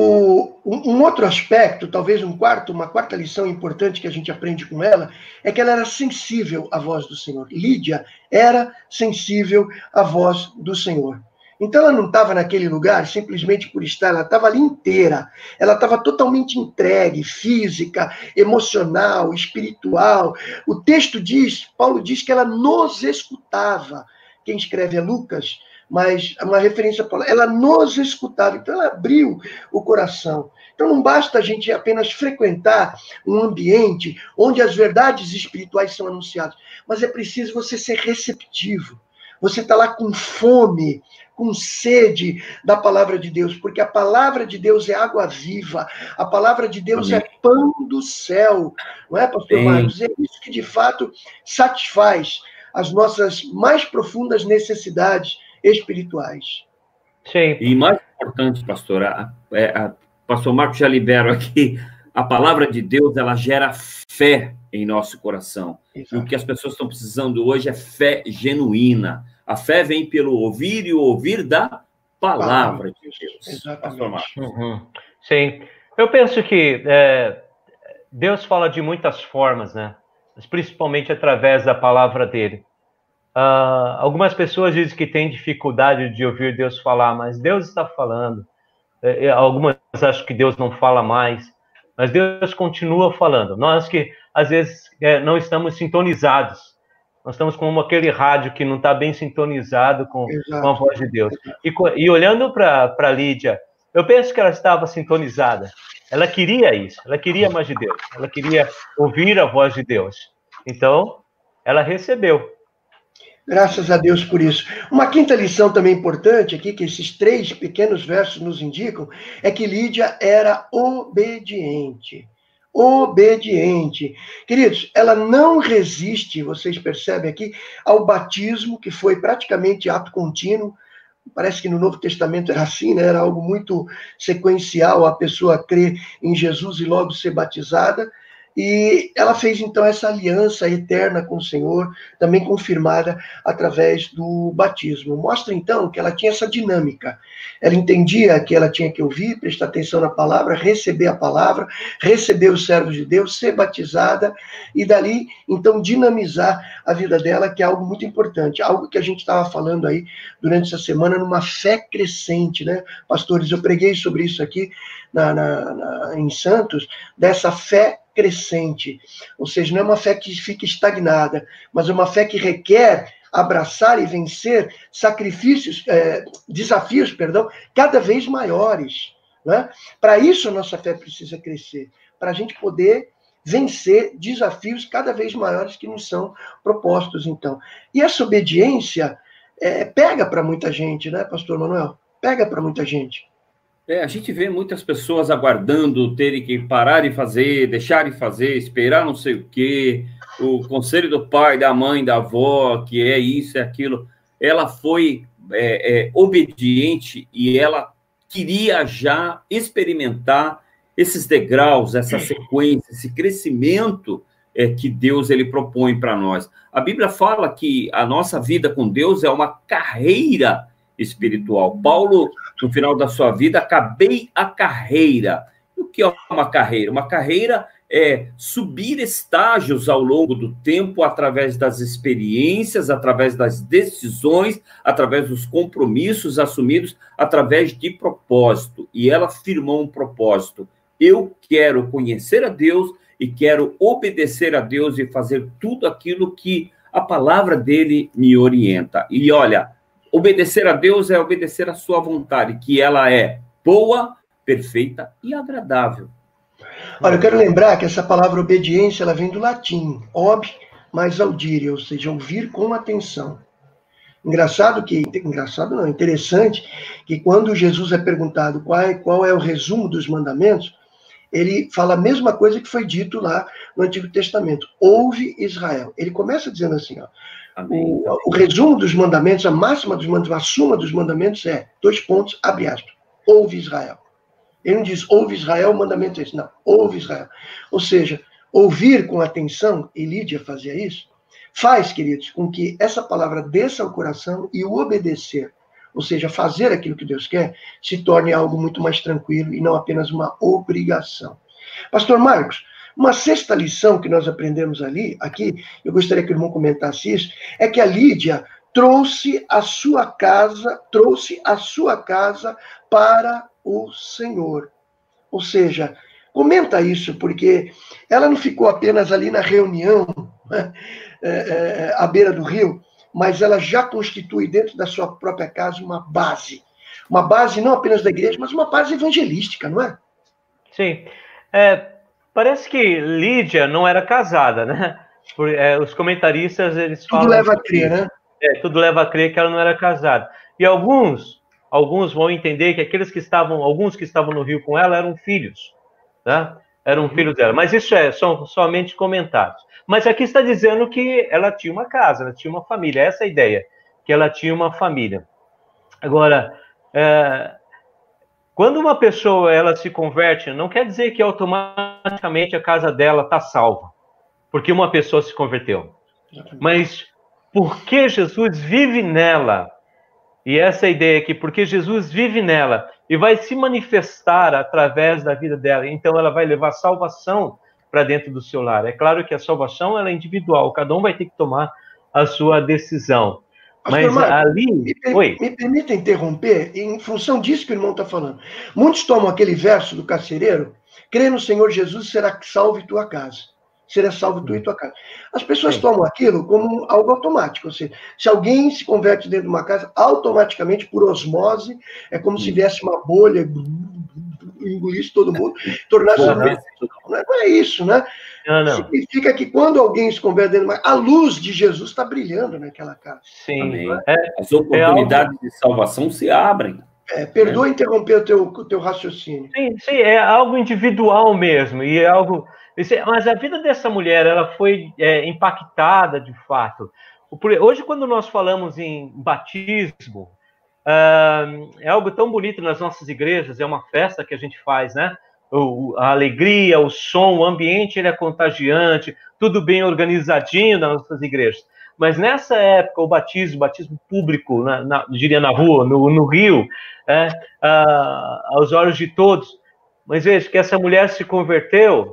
Um outro aspecto, talvez uma quarta lição importante que a gente aprende com ela, é que ela era sensível à voz do Senhor. Lídia era sensível à voz do Senhor. Então ela não estava naquele lugar simplesmente por estar, ela estava ali inteira. Ela estava totalmente entregue, física, emocional, espiritual. O texto diz, Paulo diz que ela nos escutava. Quem escreve é Lucas, mas uma referência a Paulo, ela nos escutava, então ela abriu o coração. Então não basta a gente apenas frequentar um ambiente onde as verdades espirituais são anunciadas, mas é preciso você ser receptivo. Você está lá com fome, com sede da palavra de Deus, porque a palavra de Deus é água viva, a palavra de Deus é pão do céu, não é, pastor Marcos? É isso que de fato satisfaz as nossas mais profundas necessidades espirituais. Sim. E mais importante, pastor, pastor Marcos já libera aqui, a palavra de Deus, ela gera fé em nosso coração. Exato. E o que as pessoas estão precisando hoje é fé genuína. A fé vem pelo ouvir e o ouvir da palavra de Deus. Exatamente. Pastor Marcos. Uhum. Sim. Eu penso que Deus fala de muitas formas, né? Mas principalmente através da palavra dele. Algumas pessoas dizem que têm dificuldade de ouvir Deus falar, mas Deus está falando. Algumas acham que Deus não fala mais, mas Deus continua falando. Nós que, às vezes, não estamos sintonizados. Nós estamos como aquele rádio que não está bem sintonizado com a voz de Deus. E olhando para Lídia, eu penso que ela estava sintonizada. Ela queria isso, ela queria mais de Deus. Ela queria ouvir a voz de Deus. Então, ela recebeu. Graças a Deus por isso. Uma quinta lição também importante aqui, que esses 3 pequenos versos nos indicam, é que Lídia era obediente. obediente. Queridos, ela não resiste, vocês percebem aqui, ao batismo, que foi praticamente ato contínuo. Parece que no Novo Testamento era assim, né? Era algo muito sequencial, a pessoa crer em Jesus e logo ser batizada. E ela fez, então, essa aliança eterna com o Senhor, também confirmada através do batismo. Mostra, então, que ela tinha essa dinâmica. Ela entendia que ela tinha que ouvir, prestar atenção na palavra, receber a palavra, receber os servos de Deus, ser batizada, e dali, então, dinamizar a vida dela, que é algo muito importante. Algo que a gente estava falando aí durante essa semana, numa fé crescente, né? Pastores, eu preguei sobre isso aqui em Santos, dessa fé crescente, ou seja, não é uma fé que fica estagnada, mas é uma fé que requer abraçar e vencer desafios, cada vez maiores, né? Para isso a nossa fé precisa crescer, para a gente poder vencer desafios cada vez maiores que nos são propostos, então. E essa obediência pega para muita gente, né, pastor Manuel? Pega para muita gente. A gente vê muitas pessoas aguardando terem que parar de fazer, deixar de fazer, esperar não sei o quê, o conselho do pai, da mãe, da avó, que é isso, é aquilo. Ela foi obediente e ela queria já experimentar esses degraus, essa sequência, esse crescimento que Deus ele propõe para nós. A Bíblia fala que a nossa vida com Deus é uma carreira espiritual. Paulo, no final da sua vida, acabei a carreira. O que é uma carreira? Uma carreira é subir estágios ao longo do tempo, através das experiências, através das decisões, através dos compromissos assumidos, através de propósito. E ela firmou um propósito. Eu quero conhecer a Deus e quero obedecer a Deus e fazer tudo aquilo que a palavra dele me orienta. E olha, obedecer a Deus é obedecer a sua vontade, que ela é boa, perfeita e agradável. Olha, eu quero lembrar que essa palavra obediência, ela vem do latim, ob mais audire, ou seja, ouvir com atenção. Interessante que quando Jesus é perguntado qual é o resumo dos mandamentos, ele fala a mesma coisa que foi dito lá no Antigo Testamento. Ouve Israel. Ele começa dizendo assim, ó, o resumo dos mandamentos, a máxima dos mandamentos, a suma dos mandamentos é, abre aspas, ouve Israel. Ele não diz, ouve Israel, o mandamento é esse. Não, ouve Israel. Ou seja, ouvir com atenção, e Lídia fazia isso, faz, queridos, com que essa palavra desça ao coração e o obedecer, ou seja, fazer aquilo que Deus quer, se torne algo muito mais tranquilo e não apenas uma obrigação. Pastor Marcos, uma sexta lição que nós aprendemos aqui, eu gostaria que o irmão comentasse isso, é que a Lídia trouxe a sua casa para o Senhor. Ou seja, comenta isso, porque ela não ficou apenas ali na reunião, né, à beira do rio, mas ela já constitui dentro da sua própria casa uma base não apenas da igreja, mas uma base evangelística, não é? Sim. Parece que Lídia não era casada, né? Os comentaristas, eles falam... Tudo leva a crer, né? Tudo leva a crer que ela não era casada. E alguns vão entender que alguns que estavam no rio com ela eram filhos, tá? Eram filhos dela. Mas isso são somente comentários. Mas aqui está dizendo que ela tinha uma casa, ela tinha uma família. Essa é a ideia, que ela tinha uma família. Agora, quando uma pessoa ela se converte, não quer dizer que automaticamente a casa dela está salva, porque uma pessoa se converteu. Mas porque Jesus vive nela, e essa é a ideia aqui, porque Jesus vive nela e vai se manifestar através da vida dela, então ela vai levar salvação para dentro do seu lar. É claro que a salvação ela é individual, cada um vai ter que tomar a sua decisão. Mas Marcos, ali... Me permita interromper, em função disso que o irmão está falando. Muitos tomam aquele verso do carcereiro, crê no Senhor Jesus, será salvo tua casa. Será salvo tu e tua casa. As pessoas tomam aquilo como algo automático. Ou seja, se alguém se converte dentro de uma casa, automaticamente, por osmose, é como se viesse uma bolha, engolisse todo mundo, tornasse... Não é isso, né? Não. Significa que quando alguém se converte dentro de uma casa, a luz de Jesus está brilhando naquela casa. Sim. As oportunidades de salvação se abrem. Perdoa interromper o teu raciocínio. Sim, é algo individual mesmo, e é algo Mas a vida dessa mulher, ela foi impactada, de fato. Hoje, quando nós falamos em batismo, é algo tão bonito nas nossas igrejas, é uma festa que a gente faz, né? A alegria, o som, o ambiente, ele é contagiante, tudo bem organizadinho nas nossas igrejas. Mas nessa época, o batismo público, diria na rua, no rio, aos olhos de todos. Mas veja que essa mulher se converteu,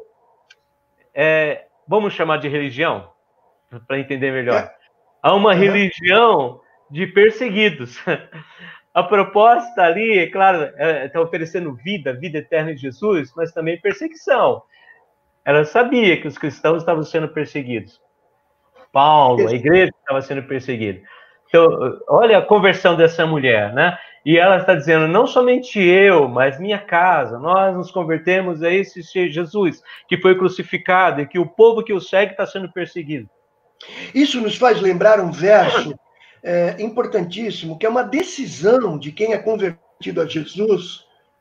vamos chamar de religião, para entender melhor. Há uma religião de perseguidos. A proposta ali, é claro, está oferecendo vida eterna em Jesus, mas também perseguição. Ela sabia que os cristãos estavam sendo perseguidos. Paulo, a igreja estava sendo perseguida. Então, olha a conversão dessa mulher, né? E ela está dizendo, não somente eu, mas minha casa, nós nos convertemos a esse Jesus, que foi crucificado e que o povo que o segue está sendo perseguido. Isso nos faz lembrar um verso importantíssimo, que é uma decisão de quem é convertido a Jesus,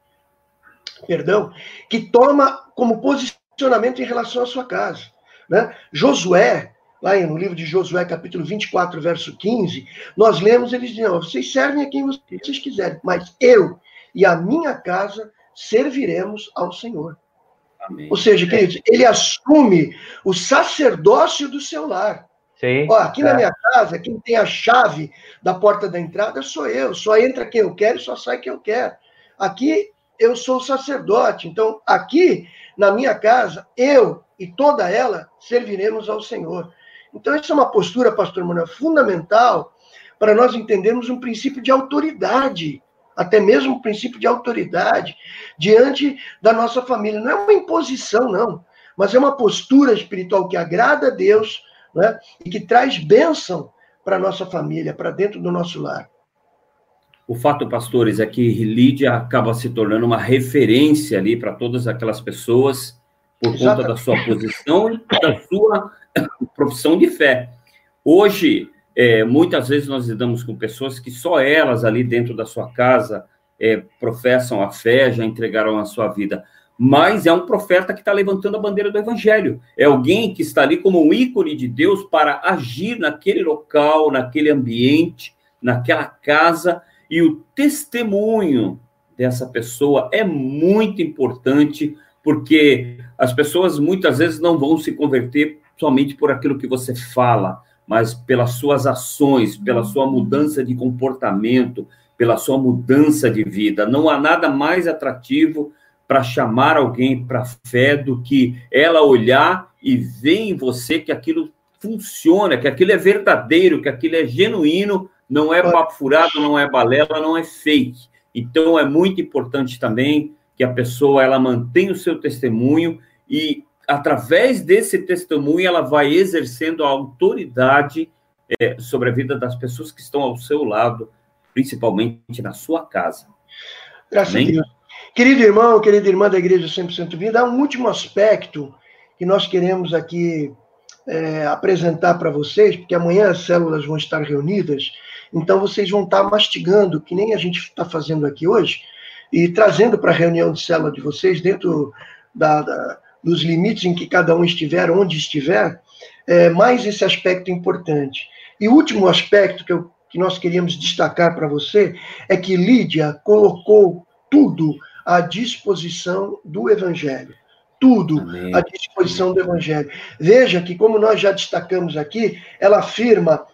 que toma como posicionamento em relação à sua casa, né? Josué, lá no livro de Josué, capítulo 24, verso 15, nós lemos, eles dizem, vocês servem a quem vocês quiserem, mas eu e a minha casa serviremos ao Senhor. Amém. Ou seja, queridos, ele assume o sacerdócio do seu lar. Sim, aqui na minha casa, quem tem a chave da porta da entrada sou eu, só entra quem eu quero e só sai quem eu quero. Aqui eu sou o sacerdote, então aqui na minha casa, eu e toda ela serviremos ao Senhor. Então, essa é uma postura, pastor Manuel, fundamental para nós entendermos um princípio de autoridade, até mesmo um princípio de autoridade diante da nossa família. Não é uma imposição, não, mas é uma postura espiritual que agrada a Deus, né, e que traz bênção para a nossa família, para dentro do nosso lar. O fato, pastores, é que Lídia acaba se tornando uma referência ali para todas aquelas pessoas por conta da sua posição e da sua profissão de fé. Hoje, muitas vezes nós lidamos com pessoas que só elas ali dentro da sua casa professam a fé, já entregaram a sua vida. Mas é um profeta que está levantando a bandeira do evangelho. É alguém que está ali como um ícone de Deus para agir naquele local, naquele ambiente, naquela casa. E o testemunho dessa pessoa é muito importante, porque as pessoas muitas vezes não vão se converter somente por aquilo que você fala, mas pelas suas ações, pela sua mudança de comportamento, pela sua mudança de vida. Não há nada mais atrativo para chamar alguém para a fé do que ela olhar e ver em você que aquilo funciona, que aquilo é verdadeiro, que aquilo é genuíno, não é papo furado, não é balela, não é fake. Então, é muito importante também que a pessoa ela mantenha o seu testemunho e, através desse testemunho, ela vai exercendo a autoridade sobre a vida das pessoas que estão ao seu lado, principalmente na sua casa. Graças a Deus. Querido irmão, querida irmã da Igreja 100% Vida, há um último aspecto que nós queremos aqui apresentar para vocês, porque amanhã as células vão estar reunidas, então vocês vão estar mastigando, que nem a gente está fazendo aqui hoje, e trazendo para a reunião de célula de vocês, dentro dos limites em que cada um estiver, onde estiver, mais esse aspecto importante. E o último aspecto que nós queríamos destacar para você é que Lídia colocou tudo à disposição do Evangelho. Tudo à disposição do Evangelho. Veja que, como nós já destacamos aqui, ela afirma,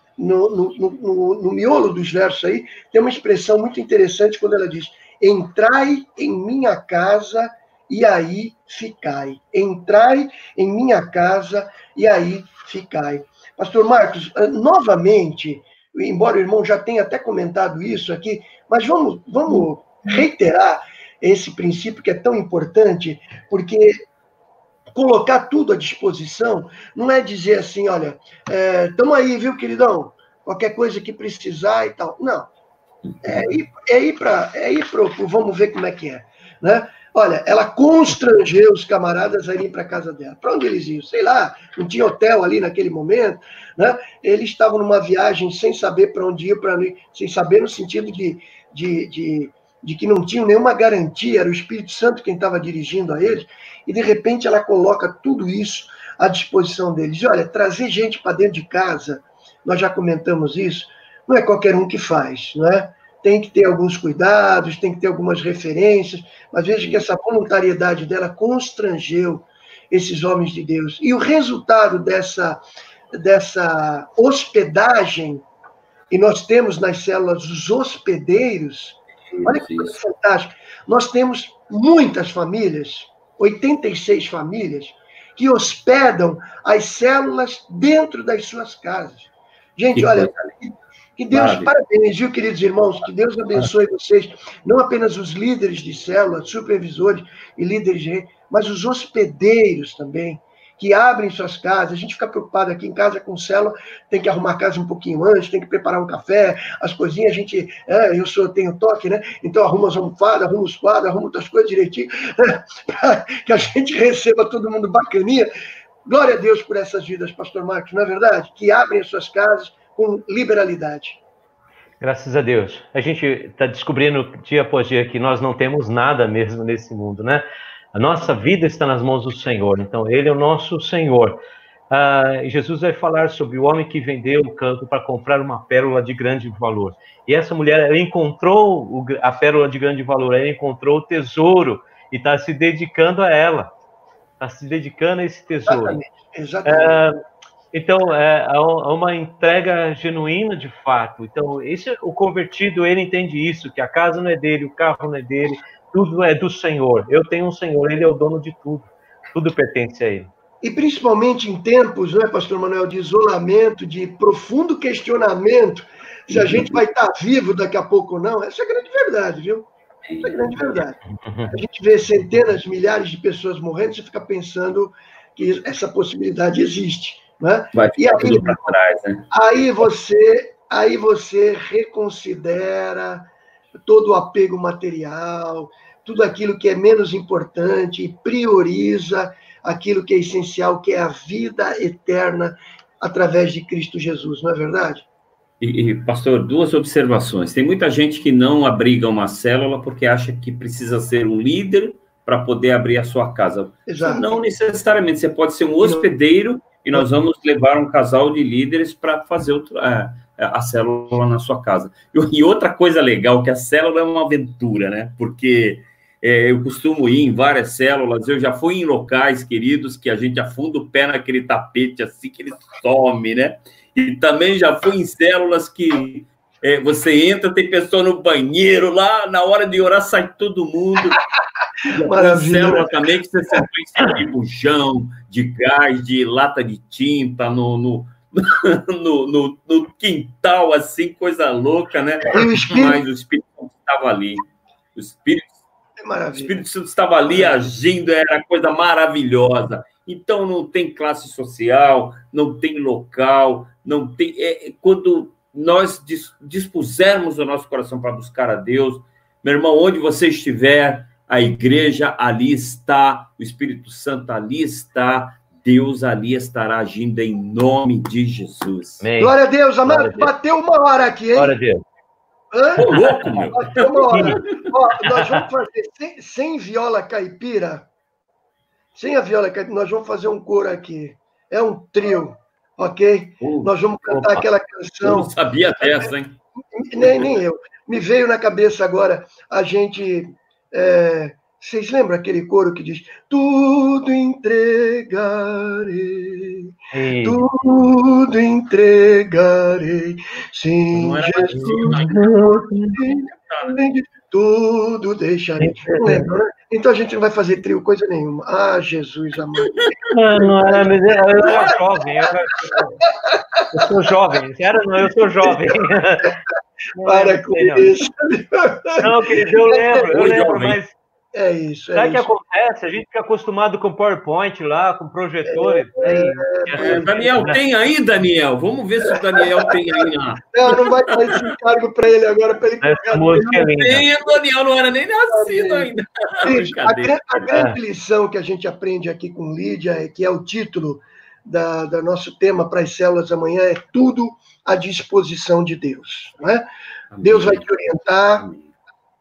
no miolo dos versos aí, tem uma expressão muito interessante quando ela diz: entrai em minha casa e aí ficai. Entrai em minha casa e aí ficai. Pastor Marcos, novamente, embora o irmão já tenha até comentado isso aqui, mas vamos reiterar esse princípio que é tão importante, porque colocar tudo à disposição não é dizer assim, olha, estamos aí, viu, queridão? Qualquer coisa que precisar e tal. Não. É ir para vamos ver como é que é, né? Olha, ela constrangeu os camaradas a irem para a casa dela. Para onde eles iam? Sei lá, não tinha hotel ali naquele momento, né? Eles estavam numa viagem sem saber para onde ir, sem saber no sentido de de que não tinham nenhuma garantia, era o Espírito Santo quem estava dirigindo a eles, e de repente ela coloca tudo isso à disposição deles. E olha, trazer gente para dentro de casa, nós já comentamos isso, não é qualquer um que faz, não é? Tem que ter alguns cuidados, tem que ter algumas referências, mas veja que essa voluntariedade dela constrangeu esses homens de Deus. E o resultado dessa hospedagem, e nós temos nas células os hospedeiros, olha que coisa fantástica. Nós temos muitas famílias, 86 famílias, que hospedam as células dentro das suas casas. Gente, olha, que Deus, parabéns, viu, queridos irmãos? Que Deus abençoe vocês, não apenas os líderes de célula, supervisores e líderes de rede, mas os hospedeiros também, que abrem suas casas. A gente fica preocupado aqui em casa com célula, tem que arrumar a casa um pouquinho antes, tem que preparar um café, as coisinhas, a gente, tenho toque, né? Então arruma as almofadas, arruma os quadros, arruma outras coisas direitinho, para que a gente receba todo mundo bacaninha. Glória a Deus por essas vidas, pastor Marcos, não é verdade? Que abrem as suas casas com liberalidade. Graças a Deus. A gente está descobrindo dia após dia que nós não temos nada mesmo nesse mundo, né? A nossa vida está nas mãos do Senhor, então Ele é o nosso Senhor. Jesus vai falar sobre o homem que vendeu o campo para comprar uma pérola de grande valor. E essa mulher, ela encontrou a pérola de grande valor, ela encontrou o tesouro e está se dedicando a ela. Está se dedicando a esse tesouro. Exatamente. Então, há uma entrega genuína de fato. Então, o convertido, ele entende isso, que a casa não é dele, o carro não é dele, tudo é do Senhor. Eu tenho um Senhor, Ele é o dono de tudo. Tudo pertence a Ele. E principalmente em tempos, não é, pastor Manuel, de isolamento, de profundo questionamento, se a gente vai estar vivo daqui a pouco ou não, essa é a grande verdade, viu? Essa é a grande verdade. A gente vê centenas, milhares de pessoas morrendo, você fica pensando que essa possibilidade existe. Né? Vai ficar tudo para trás, né? Aí você reconsidera todo o apego material, tudo aquilo que é menos importante, e prioriza aquilo que é essencial, que é a vida eterna através de Cristo Jesus, não é verdade? E pastor, duas observações. Tem muita gente que não abriga uma célula porque acha que precisa ser um líder para poder abrir a sua casa. Exato. Não necessariamente, você pode ser um hospedeiro e nós vamos levar um casal de líderes para fazer a célula na sua casa. E outra coisa legal, que a célula é uma aventura, né? Porque eu costumo ir em várias células, eu já fui em locais, queridos, que a gente afunda o pé naquele tapete assim que ele some, né? E também já fui em células que você entra, tem pessoa no banheiro, lá na hora de orar sai todo mundo. Maravilha. Célula também que você sentou em cima de bujão, de gás, de lata de tinta, no quintal, assim, coisa louca, né? Mas o Espírito Santo estava ali. O Espírito Santo estava ali agindo, era coisa maravilhosa. Então, não tem classe social, não tem local, não tem... quando nós dispusermos o nosso coração para buscar a Deus, meu irmão, onde você estiver, a igreja ali está, o Espírito Santo ali está, Deus ali estará agindo em nome de Jesus. Amém. Glória a Deus, amado. Bateu 1 hora aqui, hein? Glória a Deus. Ô, louco, meu. Bateu 1 hora. Ó, nós vamos fazer sem viola caipira. Sem a viola caipira, nós vamos fazer um coro aqui. É um trio, ok? Nós vamos cantar aquela canção. Eu não sabia dessa, hein? Nem eu. Me veio na cabeça agora a gente... vocês lembram aquele coro que diz: tudo entregarei, tudo entregarei, sim, Jesus, tudo deixarei. Não lembra, né? Então a gente não vai fazer trio coisa nenhuma. Ah, Jesus amado. Não era, mas eu era jovem. Eu sou jovem. Eu sou jovem. Para com isso. Não, querido, eu lembro, mas... É isso. Sabe o que acontece? A gente fica acostumado com PowerPoint lá, com projetores. Daniel, tem aí, Daniel? Vamos ver se o Daniel tem aí lá. Não vai dar esse encargo para ele agora, para ele colocar. Tem, o Daniel não era nem nascido ainda. Gente, a grande lição que a gente aprende aqui com Lídia, que é o título do nosso tema para as células amanhã, é tudo à disposição de Deus. Não é? Deus vai te orientar.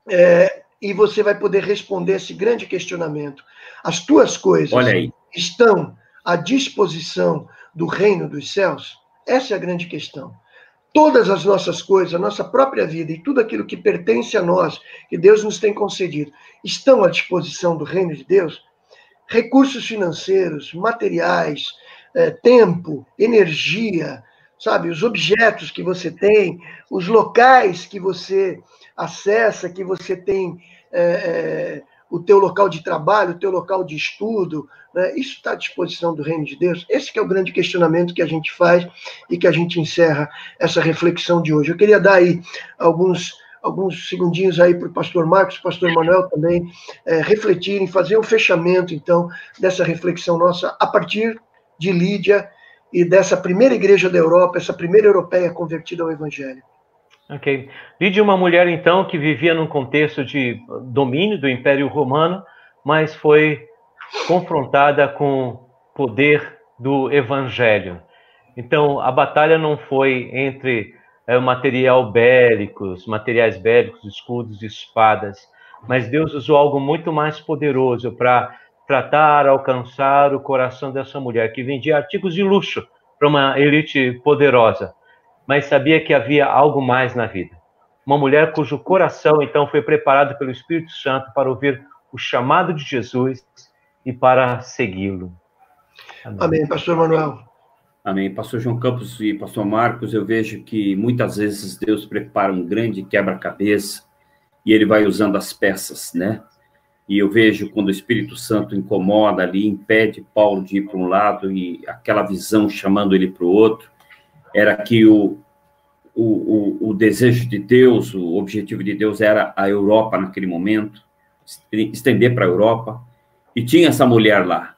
e você vai poder responder esse grande questionamento. As tuas coisas estão à disposição do reino dos céus? Essa é a grande questão. Todas as nossas coisas, a nossa própria vida e tudo aquilo que pertence a nós, que Deus nos tem concedido, estão à disposição do reino de Deus? Recursos financeiros, materiais, tempo, energia, sabe, os objetos que você tem, os locais que você acessa, que você tem o teu local de trabalho, o teu local de estudo, né? Isso está à disposição do reino de Deus? Esse que é o grande questionamento que a gente faz e que a gente encerra essa reflexão de hoje. Eu queria dar aí alguns segundinhos aí para o pastor Marcos, o pastor Manuel também refletirem, fazer um fechamento, então, dessa reflexão nossa a partir de Lídia e dessa primeira igreja da Europa, essa primeira europeia convertida ao Evangelho. Ok. Lídia é uma mulher, então, que vivia num contexto de domínio do Império Romano, mas foi confrontada com o poder do Evangelho. Então, a batalha não foi entre materiais bélicos, escudos e espadas, mas Deus usou algo muito mais poderoso para tratar, alcançar o coração dessa mulher, que vendia artigos de luxo para uma elite poderosa, mas sabia que havia algo mais na vida. Uma mulher cujo coração, então, foi preparado pelo Espírito Santo para ouvir o chamado de Jesus e para segui-lo. Amém, pastor Manuel. Amém. Pastor João Campos e pastor Marcos, eu vejo que muitas vezes Deus prepara um grande quebra-cabeça e ele vai usando as peças, né? E eu vejo quando o Espírito Santo incomoda ali, impede Paulo de ir para um lado e aquela visão chamando ele para o outro, era que o desejo de Deus, o objetivo de Deus era a Europa naquele momento, estender para a Europa, e tinha essa mulher lá.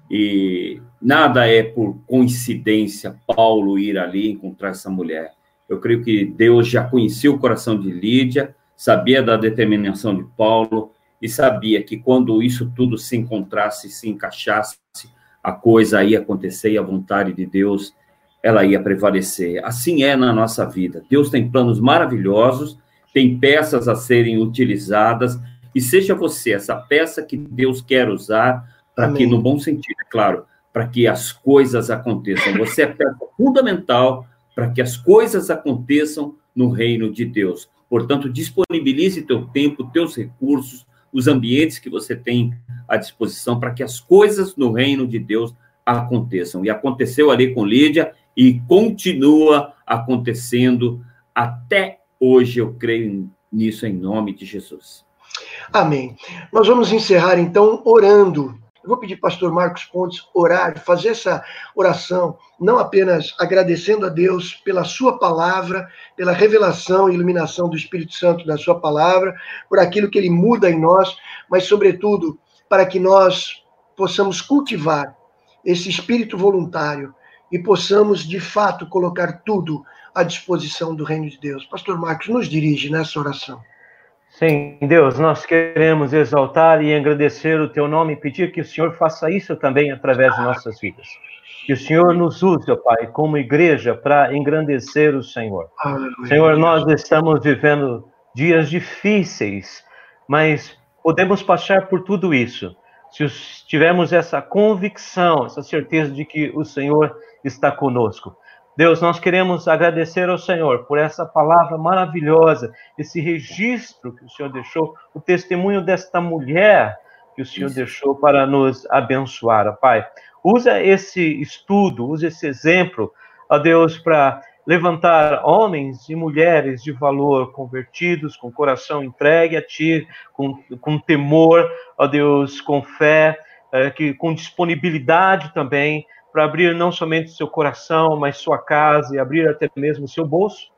E nada é por coincidência Paulo ir ali encontrar essa mulher. Eu creio que Deus já conhecia o coração de Lídia, sabia da determinação de Paulo e sabia que quando isso tudo se encontrasse, se encaixasse, a coisa ia acontecer e a vontade de Deus, ela ia prevalecer. Assim é na nossa vida. Deus tem planos maravilhosos, tem peças a serem utilizadas, e seja você essa peça que Deus quer usar para que, no bom sentido, é claro, para que as coisas aconteçam. Você é peça fundamental para que as coisas aconteçam no reino de Deus. Portanto, disponibilize teu tempo, teus recursos, os ambientes que você tem à disposição para que as coisas no reino de Deus aconteçam. E aconteceu ali com Lídia e continua acontecendo até hoje, eu creio nisso em nome de Jesus. Amém. Nós vamos encerrar, então, orando. Eu vou pedir ao pastor Marcos Pontes orar, fazer essa oração, não apenas agradecendo a Deus pela sua palavra, pela revelação e iluminação do Espírito Santo da sua palavra, por aquilo que ele muda em nós, mas, sobretudo, para que nós possamos cultivar esse espírito voluntário e possamos, de fato, colocar tudo à disposição do reino de Deus. Pastor Marcos, nos dirige nessa oração. Sim, Deus, nós queremos exaltar e agradecer o teu nome e pedir que o Senhor faça isso também através de nossas vidas. Que o Senhor nos use, ó Pai, como igreja para engrandecer o Senhor. Aleluia. Senhor, nós estamos vivendo dias difíceis, mas podemos passar por tudo isso se tivermos essa convicção, essa certeza de que o Senhor está conosco. Deus, nós queremos agradecer ao Senhor por essa palavra maravilhosa, esse registro que o Senhor deixou, o testemunho desta mulher que o Senhor deixou para nos abençoar, ó Pai. Usa esse estudo, usa esse exemplo, ó Deus, para levantar homens e mulheres de valor, convertidos, com coração entregue a Ti, com temor, ó Deus, com fé, com disponibilidade também, para abrir não somente seu coração, mas sua casa e abrir até mesmo seu bolso.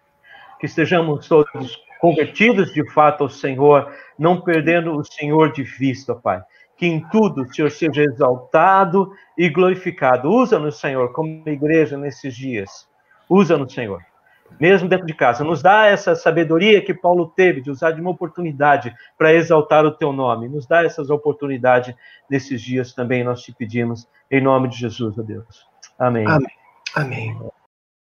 Que estejamos todos convertidos de fato ao Senhor, não perdendo o Senhor de vista, Pai. Que em tudo o Senhor seja exaltado e glorificado. Usa-nos, Senhor, como igreja nesses dias. Usa-nos, Senhor. Mesmo dentro de casa, nos dá essa sabedoria que Paulo teve de usar de uma oportunidade para exaltar o teu nome. Nos dá essas oportunidades nesses dias também, nós te pedimos, em nome de Jesus, ó Deus. Amém. Amém. Amém.